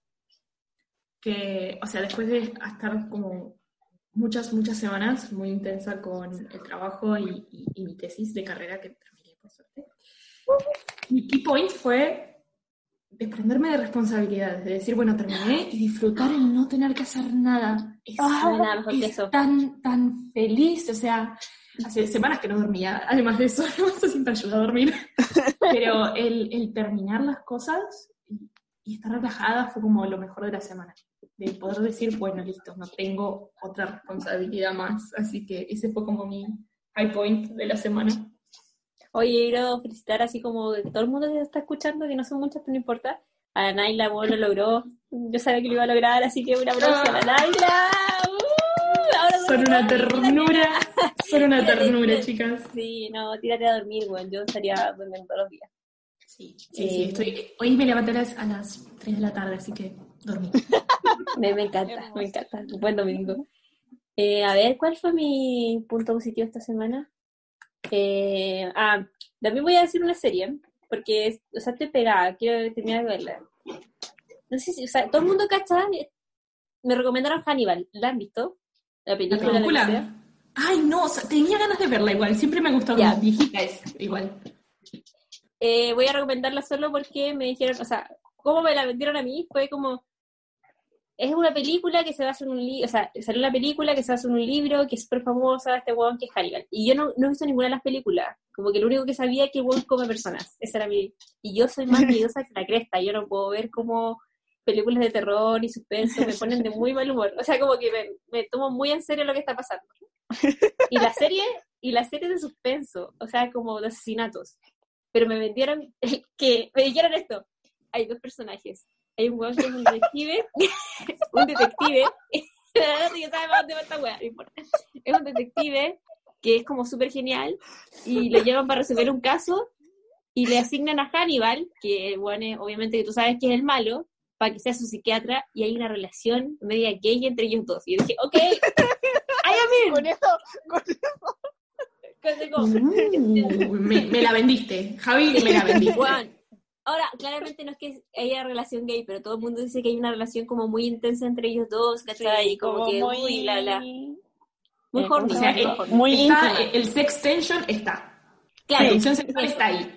que, o sea, después de estar como muchas, muchas semanas muy intensa con el trabajo y, y, y mi tesis de carrera que terminé por suerte, mi key point fue desprenderme de responsabilidades, de decir, bueno, terminé y disfrutar en no tener que hacer nada. Es, No hay nada mejor que es eso. tan, tan feliz, o sea, hace semanas que no dormía, además de eso, no, eso siempre ayuda a dormir. Pero el, el terminar las cosas y, y estar relajada fue como lo mejor de la semana. De poder decir, bueno, listo, no tengo otra responsabilidad más. Así que ese fue como mi high point de la semana. Oye, quiero felicitar así como de todo el mundo que está escuchando, que no son muchos, pero no importa. A la Naila, bueno, lo logró. Yo sabía que lo iba a lograr, así que un abrazo a la Naila. Uh, ahora son una ternura, son una tírate, ternura, tírate. chicas. Sí, no, tírate a dormir, güey. Yo estaría durmiendo todos los días. Sí, sí, sí, estoy. Hoy me levanté a las, a las tres de la tarde, así que dormí. Me, me encanta, me encanta. Buen domingo. Eh, a ver, ¿cuál fue mi punto positivo esta semana? Eh, ah, también voy a decir una serie, porque, o sea, estoy pegada, quiero terminar de verla. No sé si, o sea, todo el mundo cacha, me recomendaron Hannibal, ¿la han visto? La ¿La película. película? La Ay, no, o sea, tenía ganas de verla igual, siempre me ha gustado, Ya. como viejita es, igual. eh, voy a recomendarla solo porque me dijeron, o sea, cómo me la vendieron a mí, fue como, es una película que se basa en un libro, o sea, salió una película que se basa en un libro que es súper famosa, este huevón que es Hannibal. Y yo no, no he visto ninguna de las películas, como que lo único que sabía es que el huevón come personas, esa era mi... Y yo soy más miedosa que la cresta, yo no puedo ver como películas de terror y suspenso, me ponen de muy mal humor, o sea, como que me, me tomo muy en serio lo que está pasando. Y la serie, y la serie de suspenso, o sea, como de asesinatos. Pero me vendieron que, me dijeron esto, hay dos personajes. Hay un huevón que es un detective, un detective, yo sabía para dónde va esta hueá, no importa. Es un detective que es como súper genial y lo llevan para resolver un caso y le asignan a Hannibal, que bueno, obviamente que tú sabes que es el malo, para que sea su psiquiatra, y hay una relación media gay entre ellos dos. Y yo dije, ok, I am in. Con eso, con Con- Uh, me, me la vendiste, Javi, me la vendiste. Bueno, ahora, claramente no es que haya relación gay, pero todo el mundo dice que hay una relación como muy intensa entre ellos dos, ¿cachai? Y como, que, muy, uy, la, la. Muy eh, horny, O sea, muy eh, horny. muy está, íntima. el sex tension está. Claro, La tensión sexual está ahí.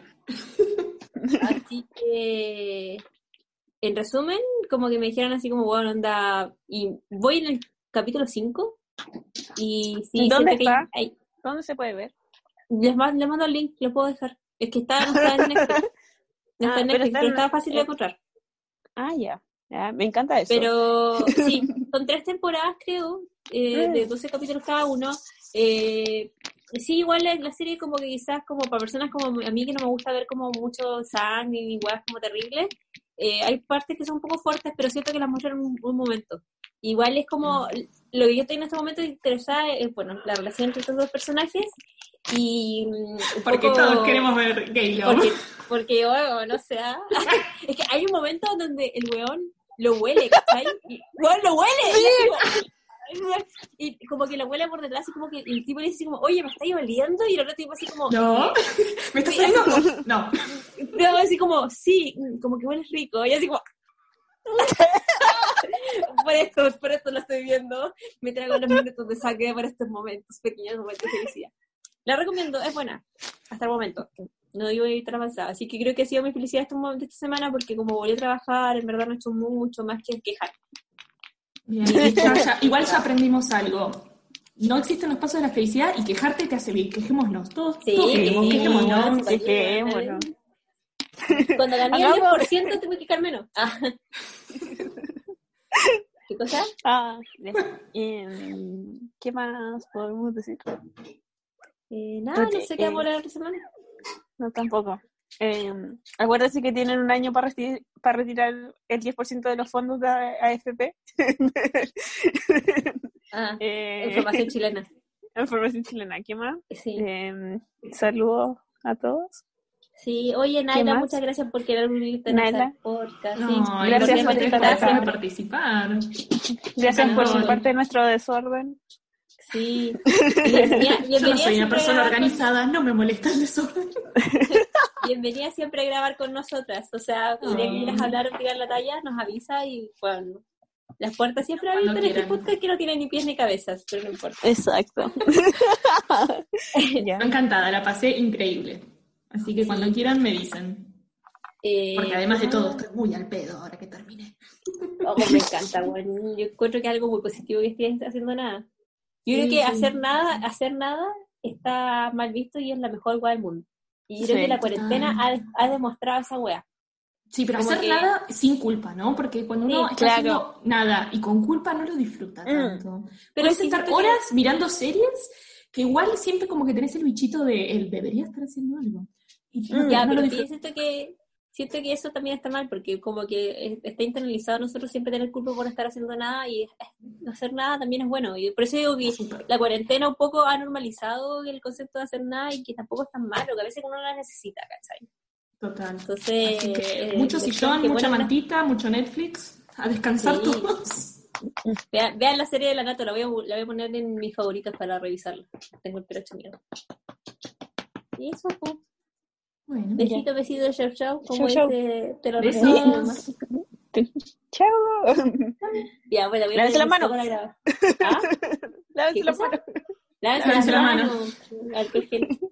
así que, en resumen, como que me dijeron así como, bueno, onda, y voy en el capítulo cinco, y sí, ¿Dónde siento que está? hay- ¿Dónde se puede ver? les, mando, les mando el link, lo puedo dejar. Es que está, no está en Netflix. No está Ah, en pero Netflix, está pero en- estaba fácil de eh, encontrar. Ah, ya. Ya, me encanta eso. Pero sí, son tres temporadas, creo, eh, Mm. de doce capítulos cada uno. Eh, sí, igual la, la serie como que quizás como para personas como a mí que no me gusta ver como mucho sangre ni weas como terribles, eh, hay partes que son un poco fuertes, pero siento que las muestran en un, un momento. Igual es como, lo que yo estoy en este momento interesada es, bueno, la relación entre estos dos personajes y mm, un Porque poco- todos queremos ver gay love. porque, porque oh, no sé, ¿ah? Es que hay un momento donde el weón lo huele, ¿cachai? Y, weón, lo huele. Y, así como, y como que lo huele por detrás y como que el tipo le dice así como, oye, me estáis oliendo, y el otro tipo así como, No, ¿me estás Sí, así saliendo? No. no, así como, sí, como que hueles rico, y así como por esto, por esto lo estoy viendo, me traigo los minutos de sangre para estos momentos, pequeños momentos de felicidad. La recomiendo, es buena, hasta el momento. No digo estar avanzada, así que creo que ha sido mi felicidad este momento esta semana, porque como volví a trabajar, en verdad no he hecho mucho más que quejar. Bien, y ya- ya- igual ya aprendimos algo. No existen los pasos de la felicidad y quejarte te hace bien. Quejémonos. Todos, Sí, todos quejemos, sí, quejémonos. sí. Quejémonos. Cuando gané el diez Hagamos- por ciento tengo que quejar menos. Ah. ¿Qué cosa? Ah, ya. Em, ¿Qué más podemos decir? Eh, nada, no Ok, sé qué eh, vamos a hablar esta semana. No, tampoco. Eh, acuérdense que tienen un año para, reti- para retirar el diez por ciento de los fondos de A F P. Ah, eh, información chilena. información chilena. ¿Qué más? Sí. Eh, saludos a todos. Sí, oye, ¿Qué Naila, más? muchas gracias por querer unirte a Naila. nuestro podcast. No, Sí, gracias porque por realmente estar gracias. acá. por participar. Gracias por encantó. ser parte de nuestro desorden. Sí. Y bienvenida, Yo no bienvenida soy una siempre a persona grabar organizada, no me molesta el desorden. con- bienvenida siempre a grabar con nosotras. O sea, cuando Oh. quieras hablar o tirar la talla, nos avisa y bueno, las puertas siempre Cuando abiertas en este quieran. podcast que no tiene ni pies ni cabezas, pero no importa. Exacto. Ya. Yo encantada, la pasé increíble. Así que cuando quieran me dicen. Eh, Porque además de ¿qué todo, más? estoy muy al pedo ahora que terminé. Oh, me encanta, bueno. Yo encuentro que es algo muy positivo que estés haciendo nada. Yo creo Sí, que sí. hacer nada, hacer nada está mal visto y es la mejor weá del mundo. Y yo Sí, creo que la cuarentena ha, totalmente. ha demostrado esa weá. Sí, pero Como hacer que- nada sin culpa, ¿no? Porque cuando Sí, uno está claro. haciendo nada y con culpa no lo disfruta Mm. tanto. Pero Puedes sí estar siento que- horas mirando series que igual siempre como que tenés el bichito de él debería estar haciendo algo. Y no, Mm. Ya, no lo pero sí disfrutas. siento que siento que eso también está mal, porque como que eh, está internalizado nosotros siempre tener culpa por estar haciendo nada, y eh, no hacer nada también es bueno. Y por eso digo que Súper. la cuarentena un poco ha normalizado el concepto de hacer nada, y que tampoco es tan malo, que a veces uno la necesita, ¿cachai? Total. Entonces, Así que eh, mucho me sillón, que mucha bueno, mantita, mucho Netflix. A descansar Sí. todos. Vean, vean la serie de la Nato, la voy, a, la voy a poner en mis favoritos para revisarla. Tengo el pelo hecho mierda. Y eso, pues. Bueno, Besito, besito, chau, chau. Como Chau, chau. dice, te lo besos. resumo, mamá. Chao. Ya, bueno, voy a Lávense poner la mano. música para grabar. ¿Ah? Lávense ¿Qué la cosa? mano. Lávense Lávense la la mano. Alcohol gel.